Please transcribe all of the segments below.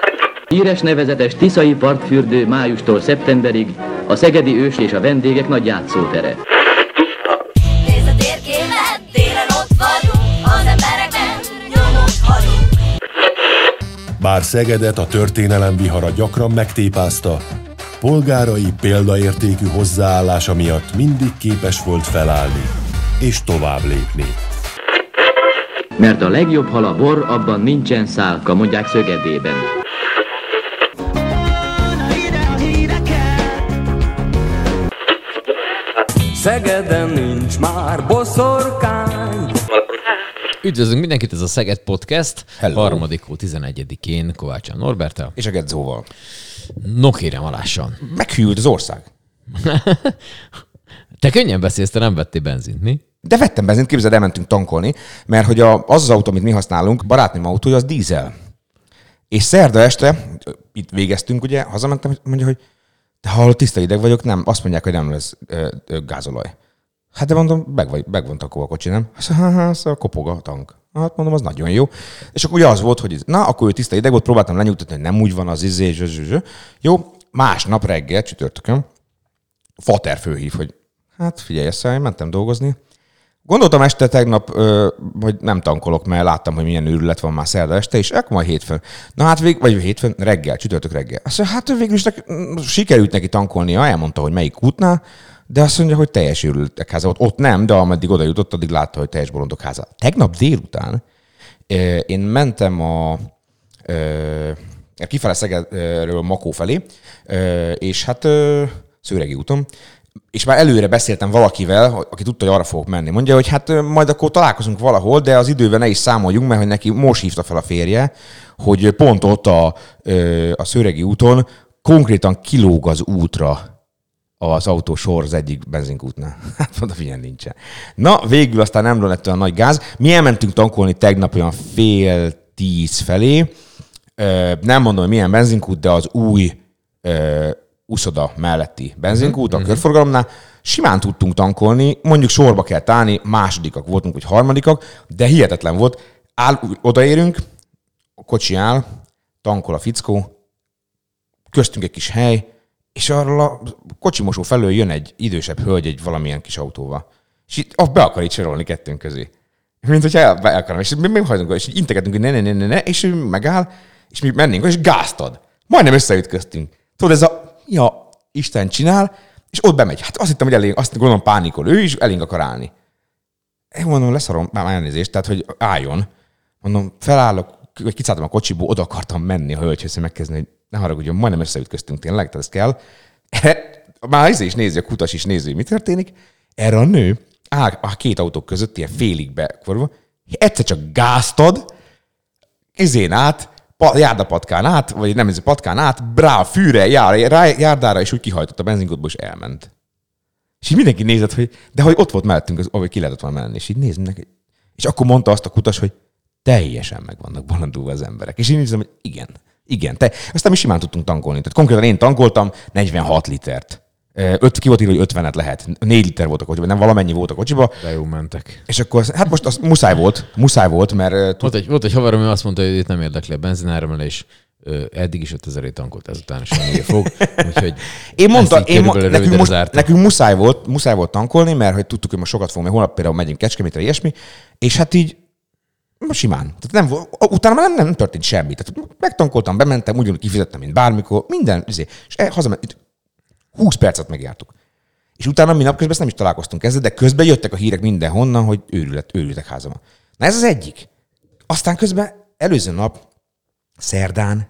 Híres nevezetes tiszai partfürdő májustól szeptemberig a szegedi ős és a vendégek nagy játszótere. Nézd a térképet, télen ott vagyunk, az emberekben nyomot hagyunk. Bár Szegedet a történelem vihara gyakran megtépázta, polgárai példaértékű hozzáállása miatt mindig képes volt felállni és tovább lépni. Mert a legjobb hal a bor, abban nincsen szálka, mondják Szögedében. Szegeden nincs már boszorkány. Üdvözlünk mindenkit, ez a Szeged Podcast. Hello. Harmadik hó 11-én Kovácsán Norberttel. És a Gedzóval. No kérem alásan. Meghűlt az ország. Te könnyen beszélsz, te nem vettél benzint, mi? De vettem benzint, képzeld, elmentünk tankolni, mert hogy az autó, amit mi használunk, barátnőm autója, az dízel. És szerda este, itt végeztünk, ugye, hazamentem, mondja, hogy te hallod, tiszta ideg vagyok, nem, azt mondják, hogy nem lesz gázolaj. Hát de mondom, meg van takó a kocsi, nem? Szóval kopog a tank. Hát mondom, az nagyon jó. És akkor ugye az volt, hogy na, akkor ő tiszta ideg volt, próbáltam lenyugtatni, hogy nem úgy van az Jó, másnap reggel, csütörtökön, fater főhív, hogy hát figyelj, ezt mentem dolgozni. Gondoltam este tegnap, hogy nem tankolok, mert láttam, hogy milyen őrület van már szerda este, és akkor majd hétfőn. Na hát vagy hétfőn reggel, csütörtök reggel. Azt mondja, hát végül is sikerült neki tankolnia, elmondta, hogy melyik útnál, de azt mondja, hogy teljes őrületek háza volt. Ott nem, de ameddig oda jutott, addig látta, hogy teljes bolondok háza. Tegnap délután én mentem kifele Szegedről Makó felé, és hát Szőregi úton, és már előre beszéltem valakivel, aki tudta, hogy arra fogok menni. Mondja, hogy hát majd akkor találkozunk valahol, de az időben ne is számoljunk, mert hogy neki most hívta fel a férje, hogy pont ott a Szőregi úton konkrétan kilóg az útra az autó sor az egyik benzinkútnál. Hát mondom, ilyen nincsen. Na, végül aztán nem lett olyan nagy gáz. Mi elmentünk tankolni tegnap olyan 9:30 felé. Nem mondom, hogy milyen benzinkút, de az új Uszoda melletti benzinkút, a körforgalomnál. Simán tudtunk tankolni, mondjuk sorba kell állni, másodikak voltunk, vagy harmadikak, de hihetetlen volt. Odaérünk, a kocsi áll, tankol a fickó, köztünk egy kis hely, és arról a kocsimosó felől jön egy idősebb hölgy egy valamilyen kis autóval. És itt be akar így sorolni kettőnk közé. Mint hogyha be akarom. És mi hajtunk, és így integetünk, hogy ne, és ő megáll, és mi mennénk, és gázt ad. Majdnem összeütköztünk. Tudod, ez ja, Isten csinál, és ott bemegy. Hát azt hittem, hogy azt gondolom pánikol. Ő is elénk akar állni. Én mondom, leszarom, már elnézést, tehát, hogy álljon. Mondom, felállok, vagy kiszálltam a kocsiból, oda akartam menni a hölgyhöz, hogy megkezdeni, hogy ne haragudjon, majdnem összeütköztünk tényleg, tehát ez kell. Már is nézi, a kutas is nézi, hogy mi történik. Erre a nő áll a két autók között, ilyen félig bekorva, egyszer csak gázt ad, izén át, járdapatkán át, vagy nem ez a patkán át, fűre, járdára, és úgy kihajtott a benzinkótból, és elment. És így mindenki nézett, hogy de hogy ott volt mellettünk, ahogy ki lehetett volna menni, és így nézd mindenki. És akkor mondta azt a kutas, hogy teljesen meg vannak bolondulva az emberek. És én nézem, hogy igen. Aztán mi simán tudtunk tankolni. Tehát konkrétan én tankoltam 46 litert. Ki volt írva, hogy 50-et lehet. 4 liter volt a kocsiba, nem valamennyi volt a kocsiba. De jó mentek. És akkor, hát most az muszáj volt, mert... Volt egy haverom, ami azt mondta, hogy itt nem érdekli a benzináremelés, eddig is 5000-ért tankolt, ezután is semmi fog. Úgyhogy én mondtam, nekünk muszáj volt tankolni, mert hogy tudtuk, hogy most sokat fogunk, mert holnap például megyünk Kecskemétre, ilyesmi, és hát így simán. Tehát utána már nem történt semmi. Tehát megtankoltam, bementem, ugyanúgy kifizettem, mint bármikor, minden, és hazament. 20 percet megjártuk. És utána mi napközben ezt nem is találkoztunk ezzel, de közben jöttek a hírek mindenhonnan, hogy őrületek háza van. Na ez az egyik. Aztán közben előző nap, szerdán,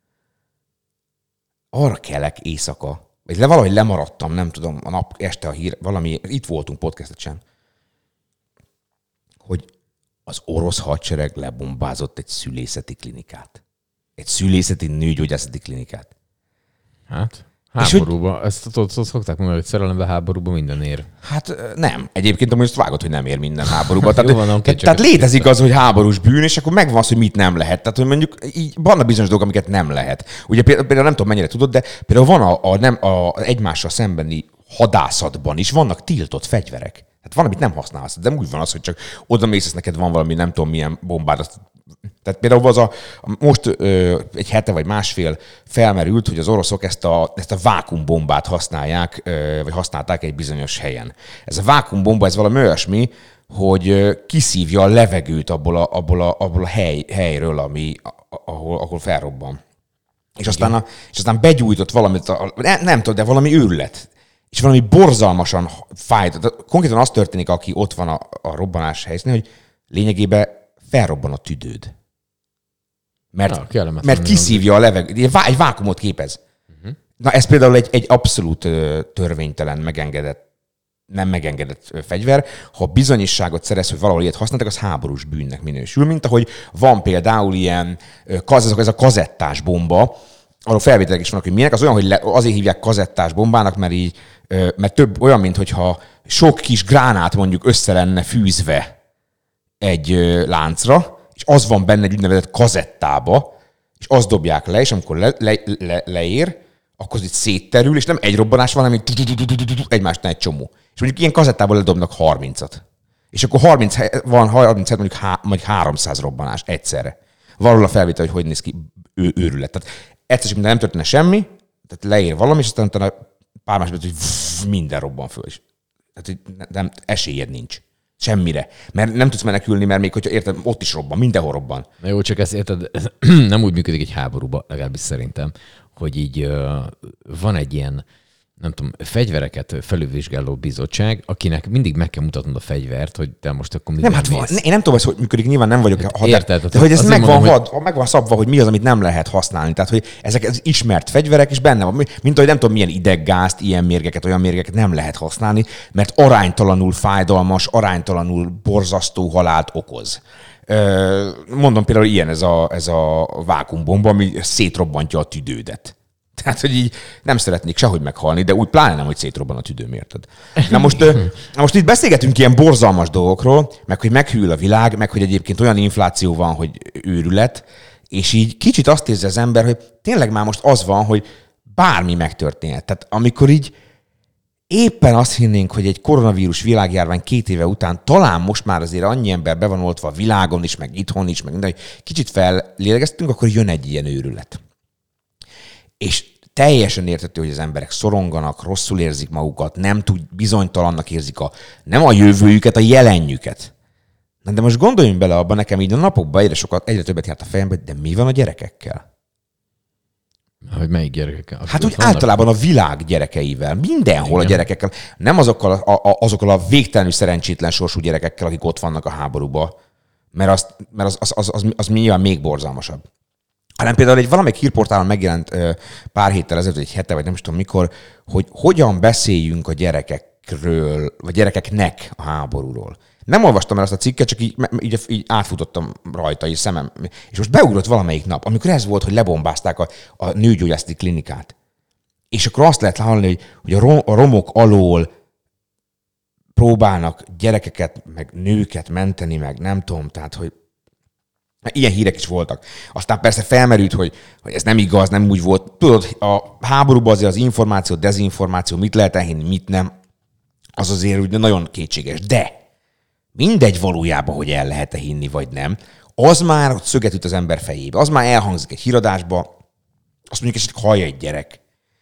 arra kelek éjszaka, vagy valahogy lemaradtam, nem tudom, a nap este a hír, valami, itt voltunk podcastet, hogy az orosz hadsereg lebombázott egy szülészeti klinikát. Egy szülészeti nőgyógyászati klinikát. Hát... Háborúba. Ezt szokták mondani, hogy szerelemben háborúban minden ér. Hát nem. Egyébként amúgy azt vágod, hogy nem ér minden háborúba. Tehát, tehát létezik az, hogy háborús bűn, és akkor megvan az, hogy mit nem lehet. Tehát, hogy mondjuk így vannak bizonyos dolgok, amiket nem lehet. Ugye például nem tudom, mennyire tudod, de például van a egymással szembeni hadászatban is vannak tiltott fegyverek. Hát van, amit nem használsz, de úgy van az, hogy csak oda mész, neked van valami, nem tudom milyen bombád, azt Tehát például most egy hete vagy másfél felmerült, hogy az oroszok ezt a vákumbombát használják, vagy használták egy bizonyos helyen. Ez a vákumbomba, ez valami olyasmi, hogy kiszívja a levegőt abból a helyről, ahol felrobban. És aztán begyújtott valamit, nem tudom, de valami őrület. És valami borzalmasan fájt. Konkrétan az történik, aki ott van a robbanás helyszínén, hogy lényegében felrobban a tüdőd. Mert kiszívja a levegőt. Egy vákumot képez. Uh-huh. Na ez például egy abszolút törvénytelen, nem megengedett fegyver. Ha bizonyosságot szerez, hogy valahol ilyet használtak, az háborús bűnnek minősül. Mint ahogy van például ilyen, ez a kazettás bomba, arról felvételek is vannak, hogy milyenek, az olyan, hogy azért hívják kazettás bombának, mert több olyan, mintha sok kis gránát mondjuk össze lenne fűzve egy láncra, és az van benne egy úgynevezett kazettába, és azt dobják le, és amikor leér, akkor az itt szétterül, és nem egy robbanás van, hanem egymásnál egy csomó. És mondjuk ilyen kazettából ledobnak 30-at. És akkor 37 mondjuk 300 robbanás egyszerre. Valahol a felvétel, hogy néz ki őrület. Tehát egyszer sem nem történne semmi, tehát leér valami, és aztán utána pár másodperc, hogy minden robban föl. Tehát nem, esélyed nincs. Semmire. Mert nem tudsz menekülni, mert még hogyha érted, ott is robban, mindenhol robban. Na jó, csak ezt érted, nem úgy működik egy háborúba, legalábbis szerintem, hogy így van egy ilyen, nem tudom, fegyvereket felülvizsgáló bizottság, akinek mindig meg kell mutatnod a fegyvert, hogy te most akkor mit nem, hát én nem tudom, hogy működik, nyilván nem vagyok érted, de hogy ez meg van szabva, hogy mi az, amit nem lehet használni. Tehát, hogy ezek az ismert fegyverek, és benne van, mint hogy nem tudom, milyen ideggázt, ilyen mérgeket, olyan mérgeket nem lehet használni, mert aránytalanul fájdalmas, aránytalanul borzasztó halált okoz. Mondom például ilyen ez a vákumbomba, ami szétrobbantja a tüdődet. Tehát, hogy így nem szeretnék sehogy meghalni, de úgy pláne nem, hogy szétrobban a tüdőm, érted? Na most itt beszélgetünk ilyen borzalmas dolgokról, meg hogy meghűl a világ, meg hogy egyébként olyan infláció van, hogy őrület, és így kicsit azt érzi az ember, hogy tényleg már most az van, hogy bármi megtörténhet. Tehát amikor így éppen azt hinnénk, hogy egy koronavírus világjárvány 2 éve után talán most már azért annyi ember be van oltva a világon is, meg itthon is, meg minden, hogy kicsit fellélegeztünk, akkor jön egy ilyen őrület. És teljesen értető, hogy az emberek szoronganak, rosszul érzik magukat, bizonytalannak érzik nem a jövőjüket, a jelenjüket. Na de most gondoljunk bele abba, nekem így a napokban egyre többet járt a fejembe, de mi van a gyerekekkel? Hogy melyik gyerekekkel? Hát úgy általában a világ gyerekeivel, mindenhol a gyerekekkel. Nem azokkal a végtelenül szerencsétlen sorsú gyerekekkel, akik ott vannak a háborúban, mert az nyilván még borzalmasabb. Hanem például valamelyik hírportálon megjelent pár héttel ezelőtt, egy hete, vagy nem is tudom mikor, hogy hogyan beszéljünk a gyerekekről, vagy gyerekeknek a háborúról. Nem olvastam el azt a cikket, csak így átfutottam rajta, és szemem. És most beugrott valamelyik nap, amikor ez volt, hogy lebombázták a nőgyógyászati klinikát. És akkor azt lehet hallani, hogy a romok alól próbálnak gyerekeket, meg nőket menteni, meg nem tudom, tehát, hogy ilyen hírek is voltak. Aztán persze felmerült, hogy ez nem igaz, nem úgy volt. Tudod, a háborúban azért az információ, dezinformáció, mit lehet elhinni, mit nem, az azért úgy nagyon kétséges. De mindegy valójában, hogy el lehet-e hinni, vagy nem, az már szöget üt az ember fejébe. Az már elhangzik egy híradásba, azt mondjuk, hogy hallja egy gyerek.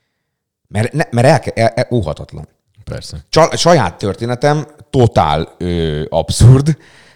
Mert óhatatlan. Persze. Saját történetem totál abszurd,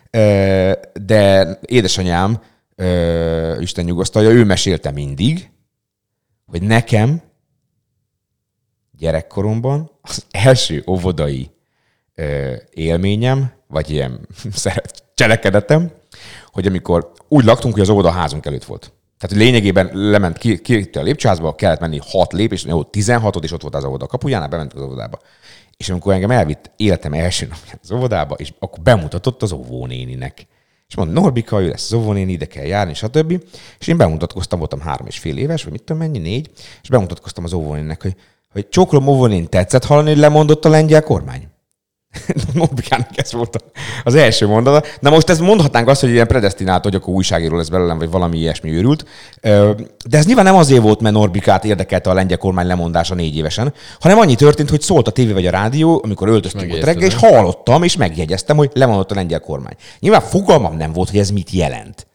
de édesanyám, Isten nyugosztalja, ő mesélte mindig, hogy nekem gyerekkoromban az első óvodai élményem, vagy ilyen cselekedetem, hogy amikor úgy laktunk, hogy az óvoda a házunk előtt volt. Tehát lényegében lement ki a lépcsőházba, kellett menni 6 lépés, 16-od, és ott volt az óvoda kapujánál, bementünk az óvodába. És amikor engem elvitt életem első napján az óvodába, és akkor bemutatott az óvónéninek. És mondta, Norbika, ő lesz az óvónéni, ide kell járni, stb. És én bemutatkoztam, voltam 3,5 éves, vagy mit tudom mennyi, 4, és bemutatkoztam az óvónéninek, hogy csókolom óvónén, tetszett hallani, hogy lemondott a lengyel kormány? Norbikának ez volt az első mondata. Na most ezt mondhatnánk azt, hogy ilyen predesztinált, hogy akkor újságíró lesz belőlem, vagy valami ilyesmi őrült. De ez nyilván nem azért volt, mert Norbikát érdekelte a lengyel kormány lemondása 4 évesen, hanem annyi történt, hogy szólt a tévé vagy a rádió, amikor öltöztünk ott reggel, és hallottam, és megjegyeztem, hogy lemondott a lengyel kormány. Nyilván fogalmam nem volt, hogy ez mit jelent.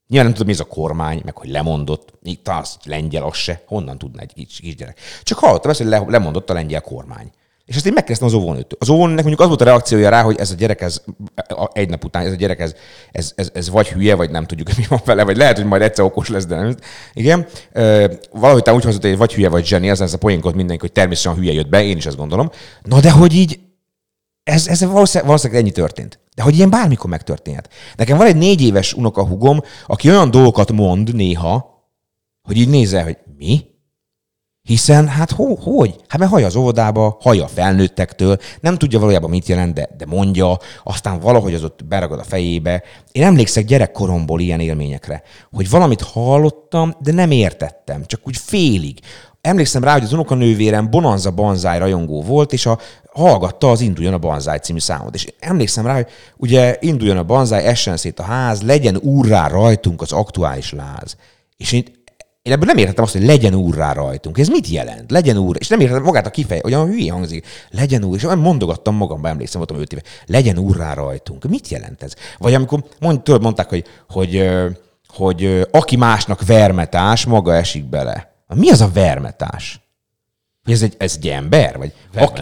Nyilván nem tudom, mi ez a kormány, meg hogy lemondott, itt az lengyel, az se, honnan tudna egy kisgyerek. Csak hallottam ezt, hogy lemondott a lengyel kormány. És ezt én megkérdeztem az óvónőtől. Az óvónőnek mondjuk az volt a reakciója rá, hogy ez a gyerek, egy nap után, ez a gyerek, ez vagy hülye, vagy nem tudjuk, mi van vele, vagy lehet, hogy majd egyszer okos lesz, de nem. Igen. Valahogy talán úgy hozott, hogy vagy hülye, vagy zseni, ez a poénkot mindenki, hogy természetesen hülye jött be, én is ezt gondolom. Na de hogy így, ez valószínűleg ennyi történt. De hogy ilyen bármikor megtörténhet. Nekem van egy 4 éves unokahúgom, aki olyan dolgokat mond néha, hogy így nézel, hogy mi? Hiszen, hát hogy? Hát mert hallja az óvodába, hallja a felnőttektől, nem tudja valójában mit jelent, de mondja, aztán valahogy az ott beragad a fejébe. Én emlékszek gyerekkoromból ilyen élményekre, hogy valamit hallottam, de nem értettem, csak úgy félig. Emlékszem rá, hogy az unokanővérem Bonanza Banzai rajongó volt, és hallgatta az Induljon a Banzai című számot. És emlékszem rá, hogy ugye induljon a Banzai, essen szét a ház, legyen úrrá rajtunk az aktuális láz. És én ebből nem értettem azt, hogy legyen úrrá rajtunk. Ez mit jelent? Legyen úr. És nem értettem magát a kifejezést, olyan hülye hangzik. Legyen úr. És mondogattam magamba, emlékszem, voltam 5 éve. Legyen úrrá rajtunk. Mit jelent ez? Vagy amikor mondták, hogy aki másnak vermetás, maga esik bele. Mi az a vermetás? Ez egy ember? Vagy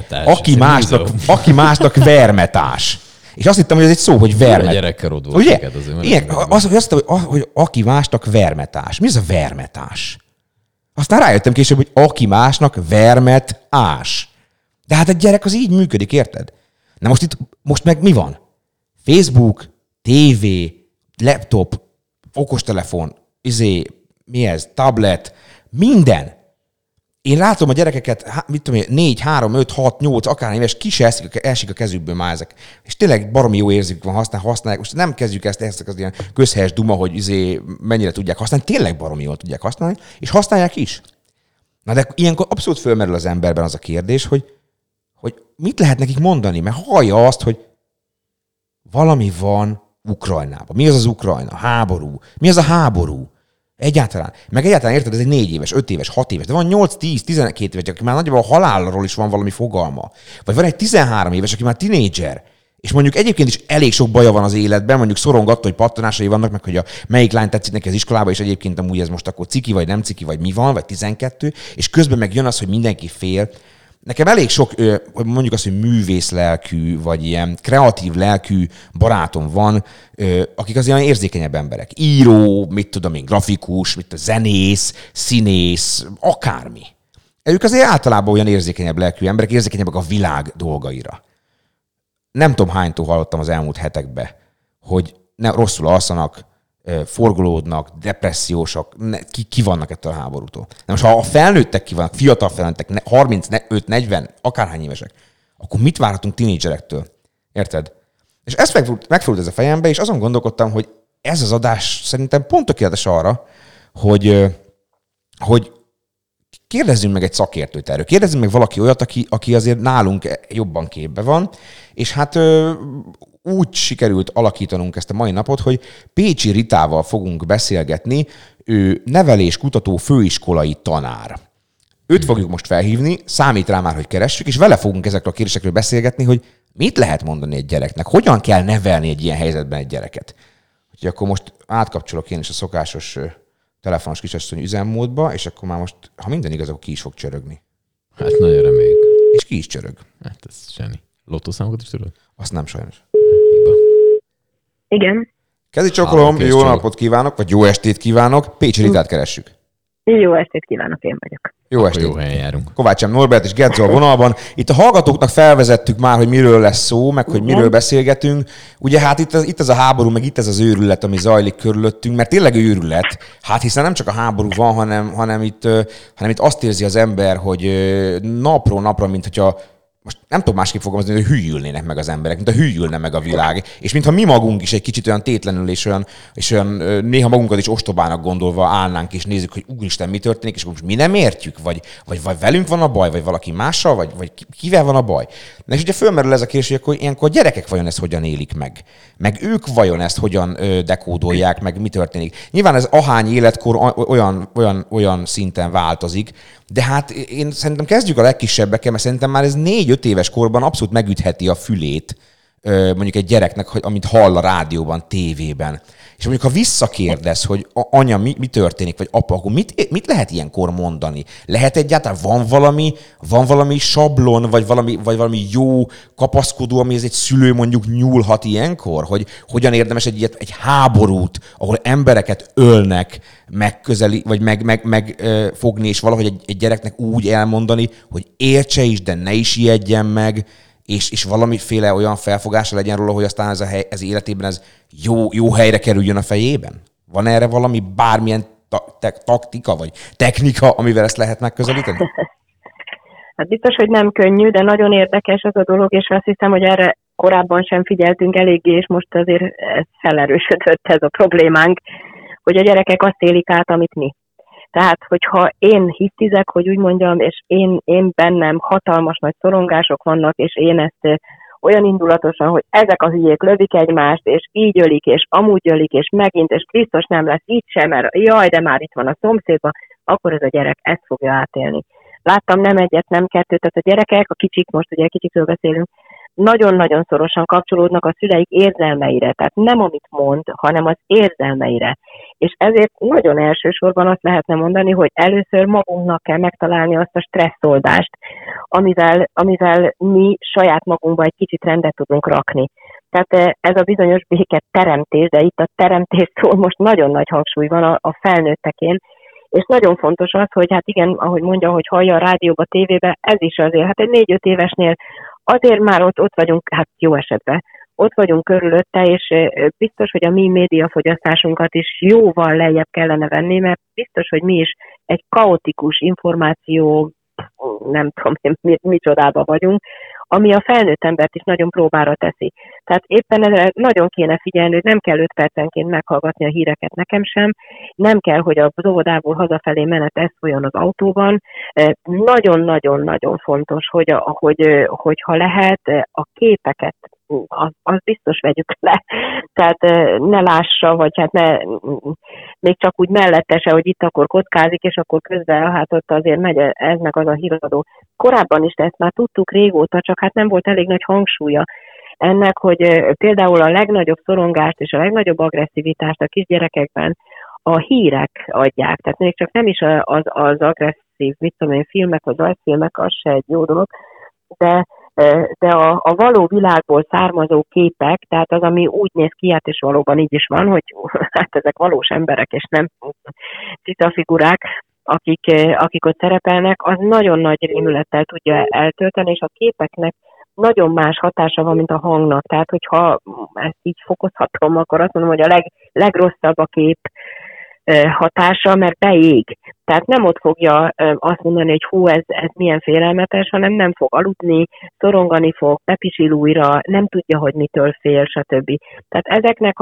aki másnak vermetás. És azt hittem, hogy ez egy szó, hogy vermet. A gyerekkel ott volt. Ugye? Igen, azt hittem, hogy aki másnak vermetás. Mi az a vermetás? Aztán rájöttem később, hogy aki másnak vermetás. De hát a gyerek az így működik, érted? Na most meg mi van? Facebook, TV, laptop, okostelefon, mi ez, tablet, minden. Én látom a gyerekeket, mit tudom én, 4, 3, 5, 6, 8, akár éves, ki se esik a kezükből már ezek. És tényleg baromi jó érzük van, használják. Most nem kezdjük ezt az ilyen közhelyes duma, hogy mennyire tudják használni. Tényleg baromi jól tudják használni, és használják is. Na de ilyenkor abszolút fölmerül az emberben az a kérdés, hogy mit lehet nekik mondani, mert hallja azt, hogy valami van Ukrajnában. Mi az az Ukrajna? Háború. Mi az a háború? Egyáltalán. Meg egyáltalán érted, ez egy 4 éves, 5 éves, 6 éves, de van 8, 10, 12 éves, aki már nagyjából a halálról is van valami fogalma. Vagy van egy 13 éves, aki már tinédzser, és mondjuk egyébként is elég sok baja van az életben, mondjuk szorong attól, hogy pattanásai vannak, meg hogy melyik lány tetszik neki az iskolába, és egyébként amúgy ez most akkor ciki, vagy nem ciki, vagy mi van, vagy 12, és közben meg jön az, hogy mindenki fél. Nekem elég sok, mondjuk azt, hogy művész lelkű, vagy ilyen kreatív lelkű barátom van, akik az ilyen érzékenyebb emberek. Író, mit tudom én, grafikus, zenész, színész, akármi. Ők azért általában olyan érzékenyebb lelkű emberek, érzékenyebbek a világ dolgaira. Nem tudom, hánytól hallottam az elmúlt hetekben, hogy rosszul alszanak, forgolódnak, depressziósak, ki vannak ettől a háborútól. De most ha a felnőttek ki vannak, fiatal felnőttek, 35-40, akárhány évesek, akkor mit várhatunk tínédzserektől? Érted? És ezt megfordult ez a fejembe, és azon gondolkodtam, hogy ez az adás szerintem pont tökéletes arra, hogy kérdezzünk meg egy szakértőt erről. Kérdezzünk meg valaki olyat, aki azért nálunk jobban képbe van, és hát úgy sikerült alakítanunk ezt a mai napot, hogy Pécsi Ritával fogunk beszélgetni, ő neveléskutató főiskolai tanár. Őt fogjuk most felhívni, számít rá már, hogy keressük, és vele fogunk ezekről a kérdésekről beszélgetni, hogy mit lehet mondani egy gyereknek, hogyan kell nevelni egy ilyen helyzetben egy gyereket. Úgyhogy akkor most átkapcsolok én is a szokásos telefonos kisasszony üzemmódba, és akkor már most, ha minden igaz, akkor ki is fog csörögni. Hát nagyon reméljük. És ki is csörög. Hát ez zseni. Lottószámokat is tudod? Azt nem sajnos. Igen. Kezi csokolom, jó napot kívánok, vagy jó estét kívánok. Pécsi Ritát keressük. Jó estét kívánok, én vagyok. Jó estét. Jó helyen járunk. Kovács M. Norbert és Gedzo a vonalban. Itt a hallgatóknak felvezettük már, hogy miről lesz szó, meg hogy miről beszélgetünk. Ugye hát itt ez a háború, meg itt ez az őrület, ami zajlik körülöttünk, mert tényleg őrület. Hát hiszen nem csak a háború van, hanem itt azt érzi az ember, hogy napról napra, mint hogyha most nem tudom másképp fogalmazni, hogy hűlnének meg az emberek, mint a hűlne meg a világ. És mintha mi magunk is egy kicsit olyan tétlenül és olyan néha magunkat is ostobának gondolva állnánk, és nézzük, hogy úristen, mi történik, és most mi nem értjük, vagy velünk van a baj, vagy valaki mással, vagy kivel van a baj. És ugye fölmerül ez a kérdés, hogy akkor ilyenkor a gyerekek vajon ezt hogyan élik meg ők vajon ezt hogyan dekódolják, meg mi történik. Nyilván ez ahány életkor olyan szinten változik, de hát én szerintem kezdjük a legkisebbekkel, mert szerintem már ez 4-5 éves korban abszolút megütheti a fülét mondjuk egy gyereknek, hogy amit hall a rádióban, tévében. És mondjuk, ha visszakérdez, hogy anya, mi történik, vagy apa, akkor mit lehet ilyenkor mondani? Lehet egyáltalán, van valami sablon, vagy valami jó kapaszkodó, amihez egy szülő mondjuk nyúlhat ilyenkor? Hogy hogyan érdemes egy háborút, ahol embereket ölnek, vagy megfogni, és valahogy egy gyereknek úgy elmondani, hogy értse is, de ne is ijedjen meg, és valamiféle olyan felfogása legyen róla, hogy aztán ez életében jó helyre kerüljön a fejében? Van erre valami bármilyen taktika, vagy technika, amivel ezt lehet megközelíteni? Hát biztos, hogy nem könnyű, de nagyon érdekes az a dolog, és azt hiszem, hogy erre korábban sem figyeltünk eléggé, és most azért ez felerősödött ez a problémánk, hogy a gyerekek azt élik át, amit mi. Tehát, hogyha én hisztizek, hogy úgy mondjam, és én bennem hatalmas nagy szorongások vannak, és én ezt olyan indulatosan, hogy ezek a hülyék lövik egymást, és így ölik, és amúgy ölik, és megint, és Krisztus nem lesz itt sem, mert jaj, de már itt van a szomszédban, akkor ez a gyerek ezt fogja átélni. Láttam nem egyet, nem kettőt, tehát a gyerekek, a kicsik, most ugye kicsikről beszélünk, nagyon-nagyon szorosan kapcsolódnak a szüleik érzelmeire, tehát nem amit mond, hanem az érzelmeire. És ezért nagyon elsősorban azt lehetne mondani, hogy először magunknak kell megtalálni azt a stresszoldást, amivel mi saját magunkba egy kicsit rendet tudunk rakni. Tehát ez a bizonyos béket teremtés, de itt a teremtés szó most nagyon nagy hangsúly van a felnőttekén, és nagyon fontos az, hogy hát igen, ahogy mondja, hogy hallja a rádióba, tévébe, ez is azért, hát egy 4-5 évesnél azért már ott vagyunk, hát jó esetben, ott vagyunk körülötte, és biztos, hogy a mi médiafogyasztásunkat is jóval lejjebb kellene venni, mert biztos, hogy mi is egy kaotikus információ, nem tudom én, micsodába vagyunk, ami a felnőtt embert is nagyon próbára teszi. Tehát éppen erre nagyon kéne figyelni, hogy nem kell 5 percenként meghallgatni a híreket nekem sem, nem kell, hogy a óvodából hazafelé menet ez folyjon az autóban. Nagyon-nagyon-nagyon fontos, hogy ha lehet, a képeket az biztos vegyük le. Tehát ne lássa, vagy hát még csak úgy mellette se, hogy itt akkor kockázik, és akkor közben hát ott azért megy ez meg az a híradó. Korábban is ezt már tudtuk régóta, csak hát nem volt elég nagy hangsúlya ennek, hogy például a legnagyobb szorongást és a legnagyobb agresszivitást a kisgyerekekben a hírek adják. Tehát még csak nem is az agresszív, filmek, az rajzfilmek, az se egy jó dolog, de a való világból származó képek, tehát az, ami úgy néz ki, hát és valóban így is van, hogy hát ezek valós emberek, és nem citafigurák, akik ott szerepelnek, az nagyon nagy rémülettel tudja eltölteni, és a képeknek nagyon más hatása van, mint a hangnak. Tehát, hogyha ezt így fokozhatom, akkor azt mondom, hogy a legrosszabb a kép hatása, mert beég. Tehát nem ott fogja azt mondani, hogy hú, ez milyen félelmetes, hanem nem fog aludni, szorongani fog, bepisil újra, nem tudja, hogy mitől fél, stb. Tehát ezeknek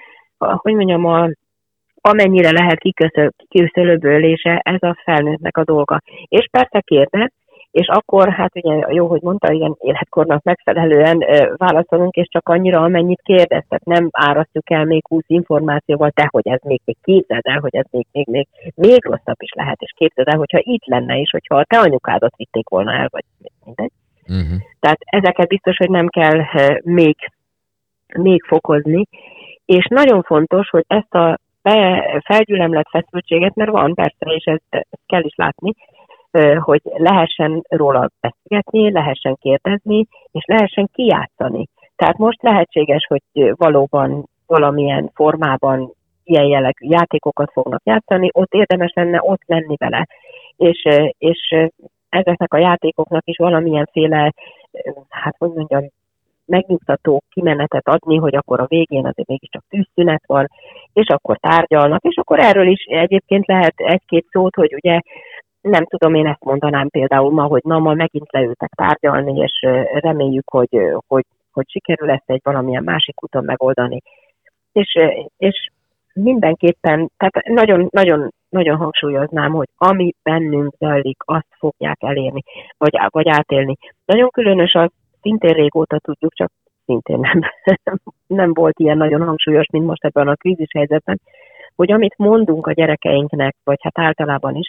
amennyire lehet kiküszöbölése, ez a felnőttnek a dolga. És persze kérdez, és akkor, hát ugye jó, hogy mondta, igen, életkornak megfelelően válaszolunk, és csak annyira, amennyit kérdez, tehát nem árasztjuk el még 20 információval, de hogy ez még képzeld el, hogy ez még rosszabb is lehet, és képzeld el, hogyha itt lenne, és hogyha a te anyukádat vitték volna el, vagy mindegy. Uh-huh. Tehát ezeket biztos, hogy nem kell még fokozni, és nagyon fontos, hogy ezt a felgyülemlett feszültséget, mert van persze, és ezt kell is látni, hogy lehessen róla beszélgetni, lehessen kérdezni, és lehessen kijátszani. Tehát most lehetséges, hogy valóban valamilyen formában ilyen jellegű játékokat fognak játszani, ott érdemes lenne ott lenni vele. És ezeknek a játékoknak is valamilyenféle, hát hogy mondjam, megnyugtató kimenetet adni, hogy akkor a végén azért mégiscsak tűzszünet van, és akkor tárgyalnak, és akkor erről is egyébként lehet egy-két szót, hogy ugye nem tudom, én ezt mondanám például ma, hogy ma megint leültek tárgyalni, és reméljük, hogy sikerül ezt egy valamilyen másik úton megoldani. És mindenképpen, tehát nagyon hangsúlyoznám, hogy ami bennünk zajlik, azt fogják elérni, vagy átélni. Nagyon különös az, szintén régóta tudjuk, csak szintén nem volt ilyen nagyon hangsúlyos, mint most ebben a krízis helyzetben, hogy amit mondunk a gyerekeinknek, vagy hát általában is,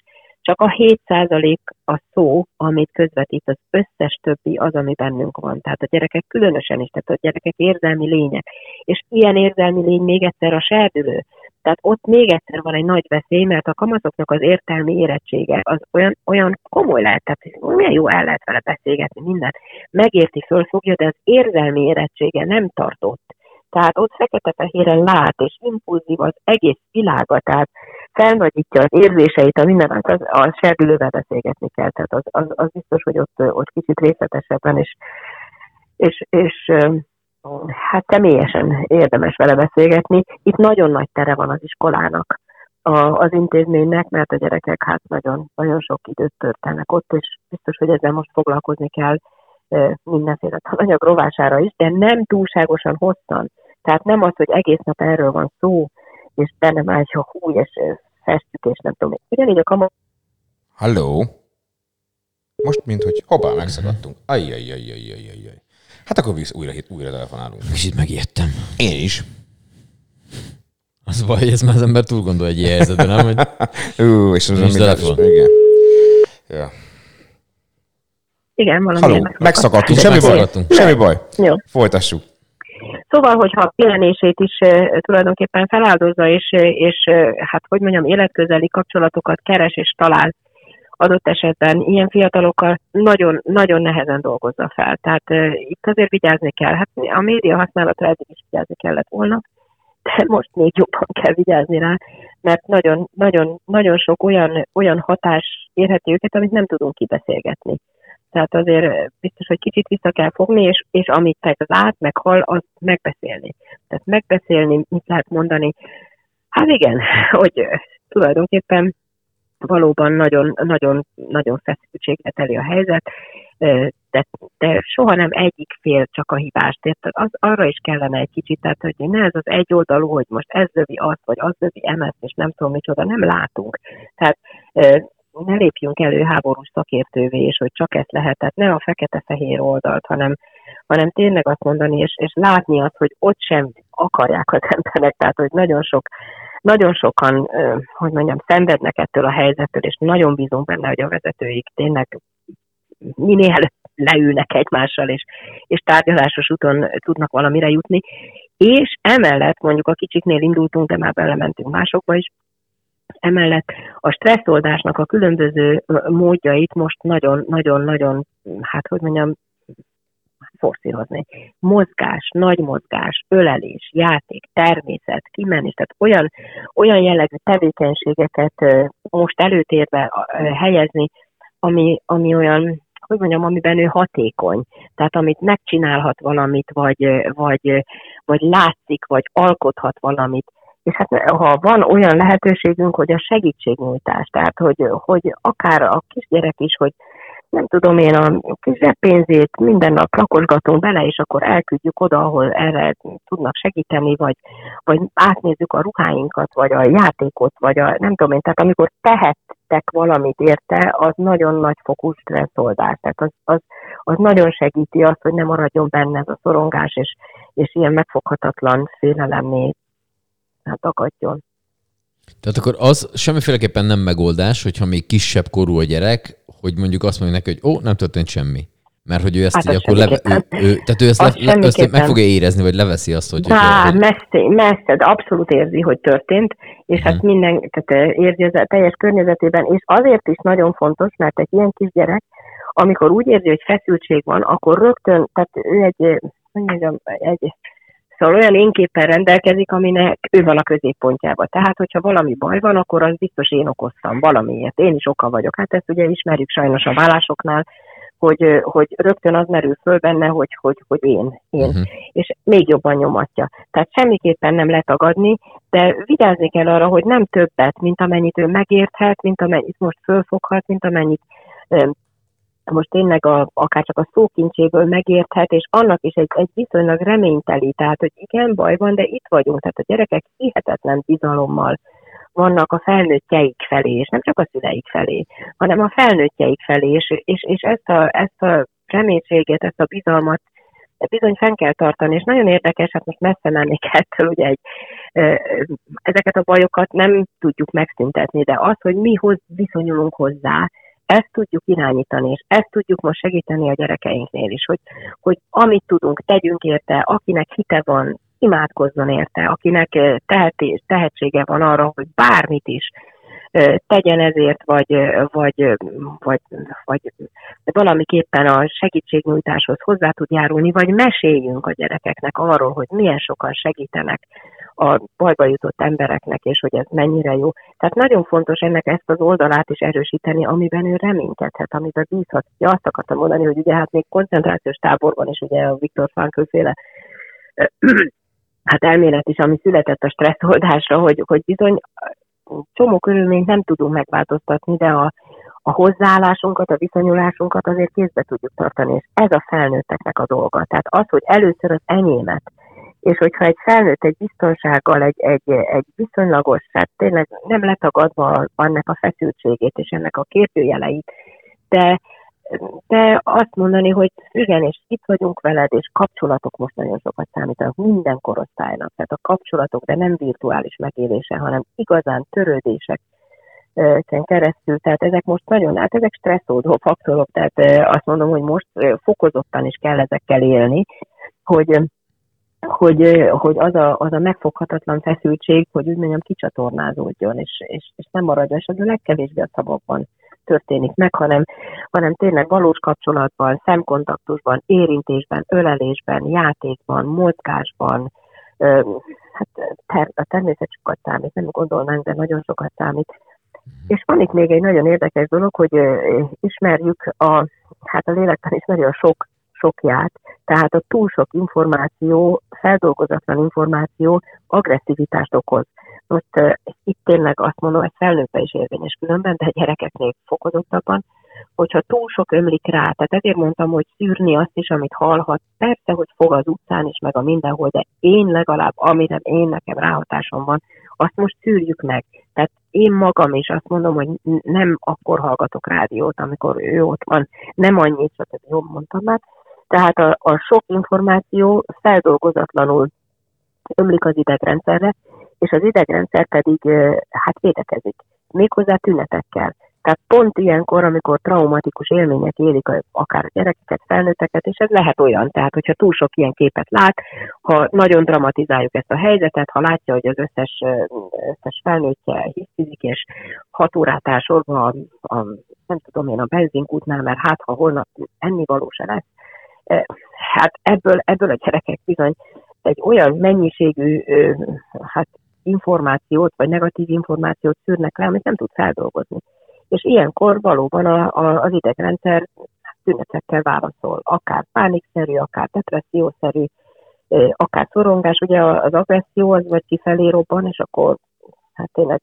csak a 7% a szó, amit közvetít, az összes többi az, ami bennünk van. Tehát a gyerekek különösen is, tehát a gyerekek érzelmi lények. És ilyen érzelmi lény még egyszer a serdülő. Tehát ott még egyszer van egy nagy veszély, mert a kamaszoknak az értelmi érettsége az olyan komoly lehet, tehát milyen jó el lehet vele beszélgetni, minden. Megérti, fölfogja, de az érzelmi érettsége nem tartott. Tehát ott fekete-fehéren lát, és impulzív az egész világa, tehát felnagyítja az érzéseit, a mindent, a serdülővel beszélgetni kell. Tehát az biztos, hogy ott kicsit részletesebben, és hát személyesen érdemes vele beszélgetni. Itt nagyon nagy tere van az iskolának, az intézménynek, mert a gyerekek hát nagyon, nagyon sok időt töltenek ott, és biztos, hogy ezzel most foglalkozni kell mindenféle tananyag rovására is, de nem túlságosan hosszan. Tehát nem az, hogy egész nap erről van szó, és benne már egy hú, és festjük, és nem tudom. Ugyanígy a kamat... Halló? Most, mint hogy hoppá, megszakadtunk. Ajjajjajjajjajjaj. Hát akkor újra telefonálunk. Kicsit megijedtem. Én is. Az baj, hogy ez már az ember túl gondol egy ilyen helyzetben, nem? Hogy... És az telefon. Igen. Ja. Igen, valami. Halló, megszakadtunk. Semmi baj. Jó. Folytassuk. Szóval, hogyha a pihenését is tulajdonképpen feláldozza, és hát hogy mondjam, életközeli kapcsolatokat keres és talál, adott esetben ilyen fiatalokkal nagyon, nagyon nehezen dolgozza fel. Tehát itt azért vigyázni kell. Hát a média használatra eddig is vigyázni kellett volna, de most még jobban kell vigyázni rá, mert nagyon, nagyon, nagyon sok olyan hatás érheti őket, amit nem tudunk kibeszélgetni. Tehát azért biztos, hogy kicsit vissza kell fogni, és amit lát, meg hall, azt megbeszélni. Tehát megbeszélni, mit lehet mondani. Hát igen, hogy tulajdonképpen valóban nagyon, nagyon, nagyon feszültségre teli a helyzet, de soha nem egyik fél csak a hibás. Tehát arra is kellene egy kicsit, tehát hogy ne ez az egyoldalú, hogy most ez lövi azt, vagy az lövi ezt, és nem tudom micsoda, nem látunk. Tehát ne lépjünk elő háborús szakértővé, és hogy csak ezt lehet, tehát ne a fekete-fehér oldalt, hanem tényleg azt mondani, és látni azt, hogy ott sem akarják az emberek, tehát hogy nagyon sokan, hogy mondjam, szenvednek ettől a helyzettől, és nagyon bízunk benne, hogy a vezetőik tényleg minél leülnek egymással, és tárgyalásos úton tudnak valamire jutni. És emellett, mondjuk a kicsiknél indultunk, de már belementünk másokba is, emellett a stresszoldásnak a különböző módjait most nagyon-nagyon, hát hogy mondjam, forszírozni. Mozgás, nagy mozgás, ölelés, játék, természet, kimenés, tehát olyan jellegű tevékenységeket most előtérbe helyezni, ami olyan, hogy mondjam, amiben ő hatékony. Tehát amit megcsinálhat valamit, vagy látszik, vagy alkothat valamit. És hát ha van olyan lehetőségünk, hogy a segítségnyújtás, tehát hogy akár a kisgyerek is, hogy nem tudom én, a kis zseppénzét minden nap rakosgatunk bele, és akkor elküldjük oda, ahol erre tudnak segíteni, vagy átnézzük a ruháinkat, vagy a játékot, vagy nem tudom én, tehát amikor tehettek valamit érte, az nagyon nagy fokú stresszoldás. Tehát az nagyon segíti azt, hogy ne maradjon benne ez a szorongás, és ilyen megfoghatatlan félelemmé akadjon. Tehát akkor az semmiféleképpen nem megoldás, hogyha még kisebb korú a gyerek, hogy mondjuk azt mondja neki, hogy nem történt semmi. Mert hogy ő ezt hát akkor tehát ő ezt meg fogja érezni, vagy leveszi azt, hogy... Messze, de abszolút érzi, hogy történt, és hát tehát érzi a teljes környezetében, és azért is nagyon fontos, mert egy ilyen kisgyerek, amikor úgy érzi, hogy feszültség van, akkor rögtön, tehát ő szóval olyan énképpen rendelkezik, aminek ő van a középpontjában. Tehát, hogyha valami baj van, akkor az biztos én okoztam valamiért. Én is oka vagyok. Hát ezt ugye ismerjük sajnos a vállásoknál, hogy rögtön az merül föl benne, hogy én. És még jobban nyomatja. Tehát semmiképpen nem letagadni, de vigyázni kell arra, hogy nem többet, mint amennyit ő megérthet, mint amennyit most fölfoghat, mint amennyit most tényleg akár csak a szókincséből megérthet, és annak is egy viszonylag reményteli, tehát, hogy igen, baj van, de itt vagyunk. Tehát a gyerekek hihetetlen bizalommal vannak a felnőttjeik felé, és nem csak a szüleik felé, hanem a felnőttjeik felé, és ezt a reménységet, ezt a bizalmat bizony fenn kell tartani, és nagyon érdekes, hát most messze mennék ettől, ugye Ezeket a bajokat nem tudjuk megszüntetni, de az, hogy mi viszonyulunk hozzá, ezt tudjuk irányítani, és ezt tudjuk most segíteni a gyerekeinknél is, hogy amit tudunk, tegyünk érte, akinek hite van, imádkozzon érte, akinek tehetsége van arra, hogy bármit is tegyen ezért, vagy valamiképpen a segítségnyújtáshoz hozzá tud járulni, vagy meséljünk a gyerekeknek arról, hogy milyen sokan segítenek a bajba jutott embereknek, és hogy ez mennyire jó. Tehát nagyon fontos ennek ezt az oldalát is erősíteni, amiben ő reménykedhet, amiben bízhat. Ja, azt akartam mondani, hogy ugye hát még koncentrációs táborban is ugye a Viktor Frankl-féle hát elmélet is, ami született a stresszoldásra, hogy bizony csomó körülményt nem tudunk megváltoztatni, de a hozzáállásunkat, a viszonyulásunkat azért kézbe tudjuk tartani, és ez a felnőtteknek a dolga. Tehát az, hogy először az enyémet, és hogyha egy felnőtt egy biztonsággal, egy viszonylagos, hát tényleg nem letagadva ennek a feszültségét és ennek a kérdőjeleit, de azt mondani, hogy igen, és itt vagyunk veled, és kapcsolatok most nagyon sokat számítanak minden korosztálynak. Tehát a kapcsolatok, de nem virtuális megélése, hanem igazán törődéseken keresztül. Tehát ezek most nagyon, hát ezek stresszoldó faktorok, tehát azt mondom, hogy most fokozottan is kell ezekkel élni, hogy az a megfoghatatlan feszültség, hogy úgy mondjam, kicsatornázódjon, és nem maradjon, és az a legkevésbé a szavakban történik meg, hanem tényleg valós kapcsolatban, szemkontaktusban, érintésben, ölelésben, játékban, mozgásban, hát a természet sokat számít, nem gondolnánk, de nagyon sokat számít. És van itt még egy nagyon érdekes dolog, hogy ismerjük a lélektan ismeri a sokját, tehát a túl sok információ, feldolgozatlan információ agresszivitást okoz. Most itt tényleg azt mondom, hogy felnőttben is érvényes különben, de a gyerekeknél fokozottabban, hogyha túl sok ömlik rá, tehát ezért mondtam, hogy szűrni azt is, amit hallhat, persze, hogy fog az utcán is, meg a mindenhol, de én legalább, amire nekem ráhatásom van, azt most szűrjük meg. Tehát én magam is azt mondom, hogy nem akkor hallgatok rádiót, amikor ő ott van, nem annyit, csak jól mondtam már. Tehát a sok információ feldolgozatlanul ömlik az idegrendszerre, és az idegrendszer pedig védekezik, méghozzá tünetekkel. Tehát pont ilyenkor, amikor traumatikus élmények élik akár a gyerekeket, felnőtteket, és ez lehet olyan, tehát hogyha túl sok ilyen képet lát, ha nagyon dramatizáljuk ezt a helyzetet, ha látja, hogy az összes felnőttje hisztizik, és 6 órát áll sorba nem tudom én, a benzinkútnál, mert hát ha holnap ennivaló se lesz, hát ebből a gyerekek bizony egy olyan mennyiségű információt, vagy negatív információt szűrnek le, amit nem tud feldolgozni. És ilyenkor valóban az idegrendszer tünetekkel válaszol, akár pánikszerű, akár depressziószerű, akár szorongás. Ugye az agresszió az vagy kifelé robban, és akkor hát tényleg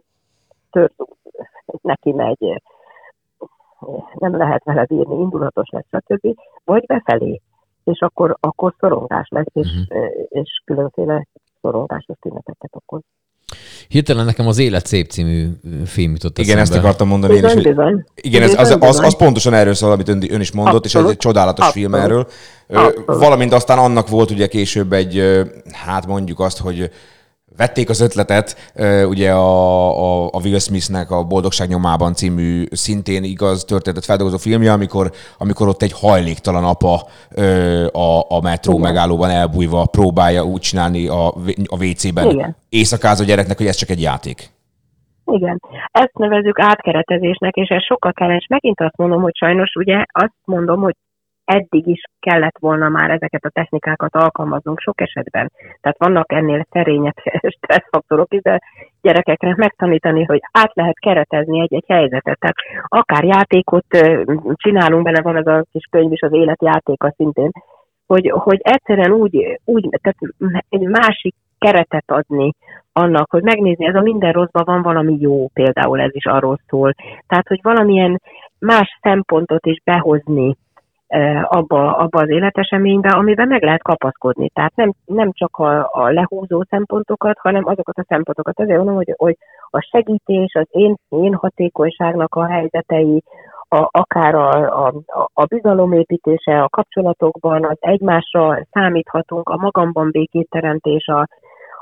neki megy, nem lehet vele bírni, indulatos lesz, stb. Vagy befelé, és akkor szorongás lesz, és különféle szorongásos tüneteket okoz. Hirtelen nekem az Élet szép című film jutott eszembe. Igen, ezt akartam mondani én is. Hogy igen, az pontosan erről szól, amit ön is mondott, abszolút, és ez egy csodálatos film erről. Valamint aztán annak volt ugye később egy, hát mondjuk azt, hogy vették az ötletet, ugye a Will Smithnek a Boldogság nyomában című szintén igaz történetet feldolgozó filmje, amikor ott egy hajléktalan apa a metró megállóban elbújva próbálja úgy csinálni a WC-ben éjszakázó gyereknek, hogy ez csak egy játék. Igen. Ezt nevezzük átkeretezésnek, és ez sokkal kell, és megint azt mondom, hogy sajnos ugye azt mondom, hogy eddig is kellett volna már ezeket a technikákat alkalmaznunk sok esetben. Tehát vannak ennél szerényebb stresszfaktorok is, de gyerekeknek megtanítani, hogy át lehet keretezni egy egy-helyzetet. Tehát akár játékot csinálunk, benne van ez a kis könyv is, az életjátéka szintén, hogy egyszerűen úgy tehát egy másik keretet adni annak, hogy megnézni, ez a minden rosszban van valami jó, például ez is arról szól. Tehát, hogy valamilyen más szempontot is behozni abba az életeseménybe, amiben meg lehet kapaszkodni. Tehát nem csak a lehúzó szempontokat, hanem azokat a szempontokat. Ezért mondom, hogy a segítés, az én hatékonyságnak a helyzetei, akár a bizalomépítése a kapcsolatokban, az egymásra számíthatunk, a magamban békét teremtés,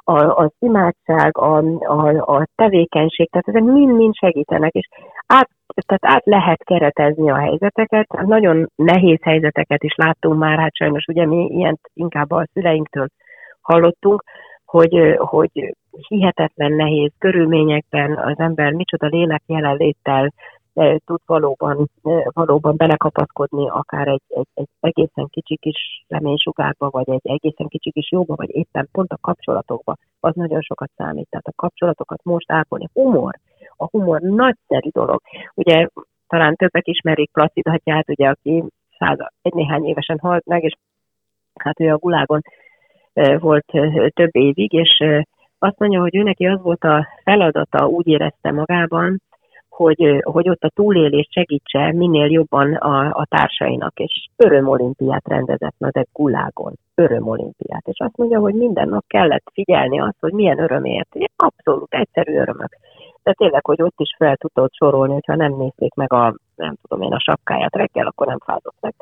az imádság, a tevékenység, tehát ezek mind-mind segítenek, és át lehet keretezni a helyzeteket. Nagyon nehéz helyzeteket is láttunk már, hát sajnos ugye mi ilyent inkább a szüleinktől hallottunk, hogy hihetetlen nehéz körülményekben az ember micsoda lélek jelenléttel tud valóban belekapaszkodni akár egy egészen kicsi kis reménysugárba, vagy egy egészen kicsi kis jóba, vagy éppen pont a kapcsolatokba, az nagyon sokat számít. Tehát a kapcsolatokat most ápolni. A humor nagyszerű dolog. Ugye talán többek ismerik Placid atyát, ugye, aki néhány évesen halt meg, és hát ő a gulágon volt több évig, és azt mondja, hogy ő neki az volt a feladata, úgy érezte magában, hogy ott a túlélést segítse minél jobban a társainak, és örömolimpiát rendezett meg egy gulágon, örömolimpiát. És azt mondja, hogy minden nap kellett figyelni azt, hogy milyen örömért, abszolút egyszerű örömök. De tényleg, hogy ott is fel tudod sorolni, hogyha nem nézték meg a sapkáját reggel, akkor nem fázott meg.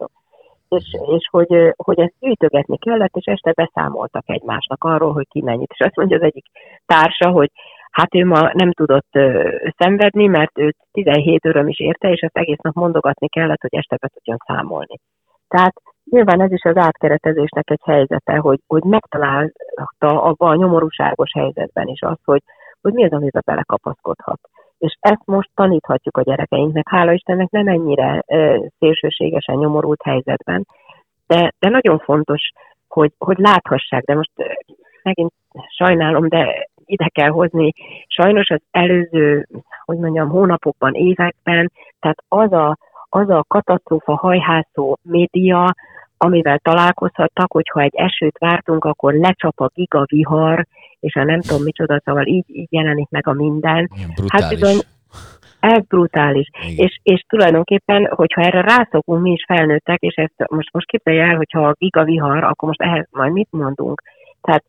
És hogy ezt gyűjtögetni kellett, és este beszámoltak egymásnak arról, hogy ki mennyit. És azt mondja az egyik társa, hogy hát ő ma nem tudott szenvedni, mert őt 17 öröm is érte, és ezt egész nap mondogatni kellett, hogy este be tudjon számolni. Tehát nyilván ez is az átkeretezésnek egy helyzete, hogy megtalálta abban a nyomorúságos helyzetben is azt, hogy mi az, amiben belekapaszkodhat. És ezt most taníthatjuk a gyerekeinknek, hála Istennek nem ennyire szélsőségesen nyomorult helyzetben, de nagyon fontos, hogy láthassák, de most megint sajnálom, de ide kell hozni. Sajnos az előző, hónapokban, években, tehát az a katasztrófa hajhászó média, amivel találkozhattak, hogyha egy esőt vártunk, akkor lecsap a gigavihar, és a nem tudom micsoda, szóval így jelenik meg a minden. Hát bizony, ez brutális. És tulajdonképpen, hogyha erre rászokunk mi is felnőttek, és ezt most képzelj el, hogyha a gigavihar, akkor most ehhez majd mit mondunk? Tehát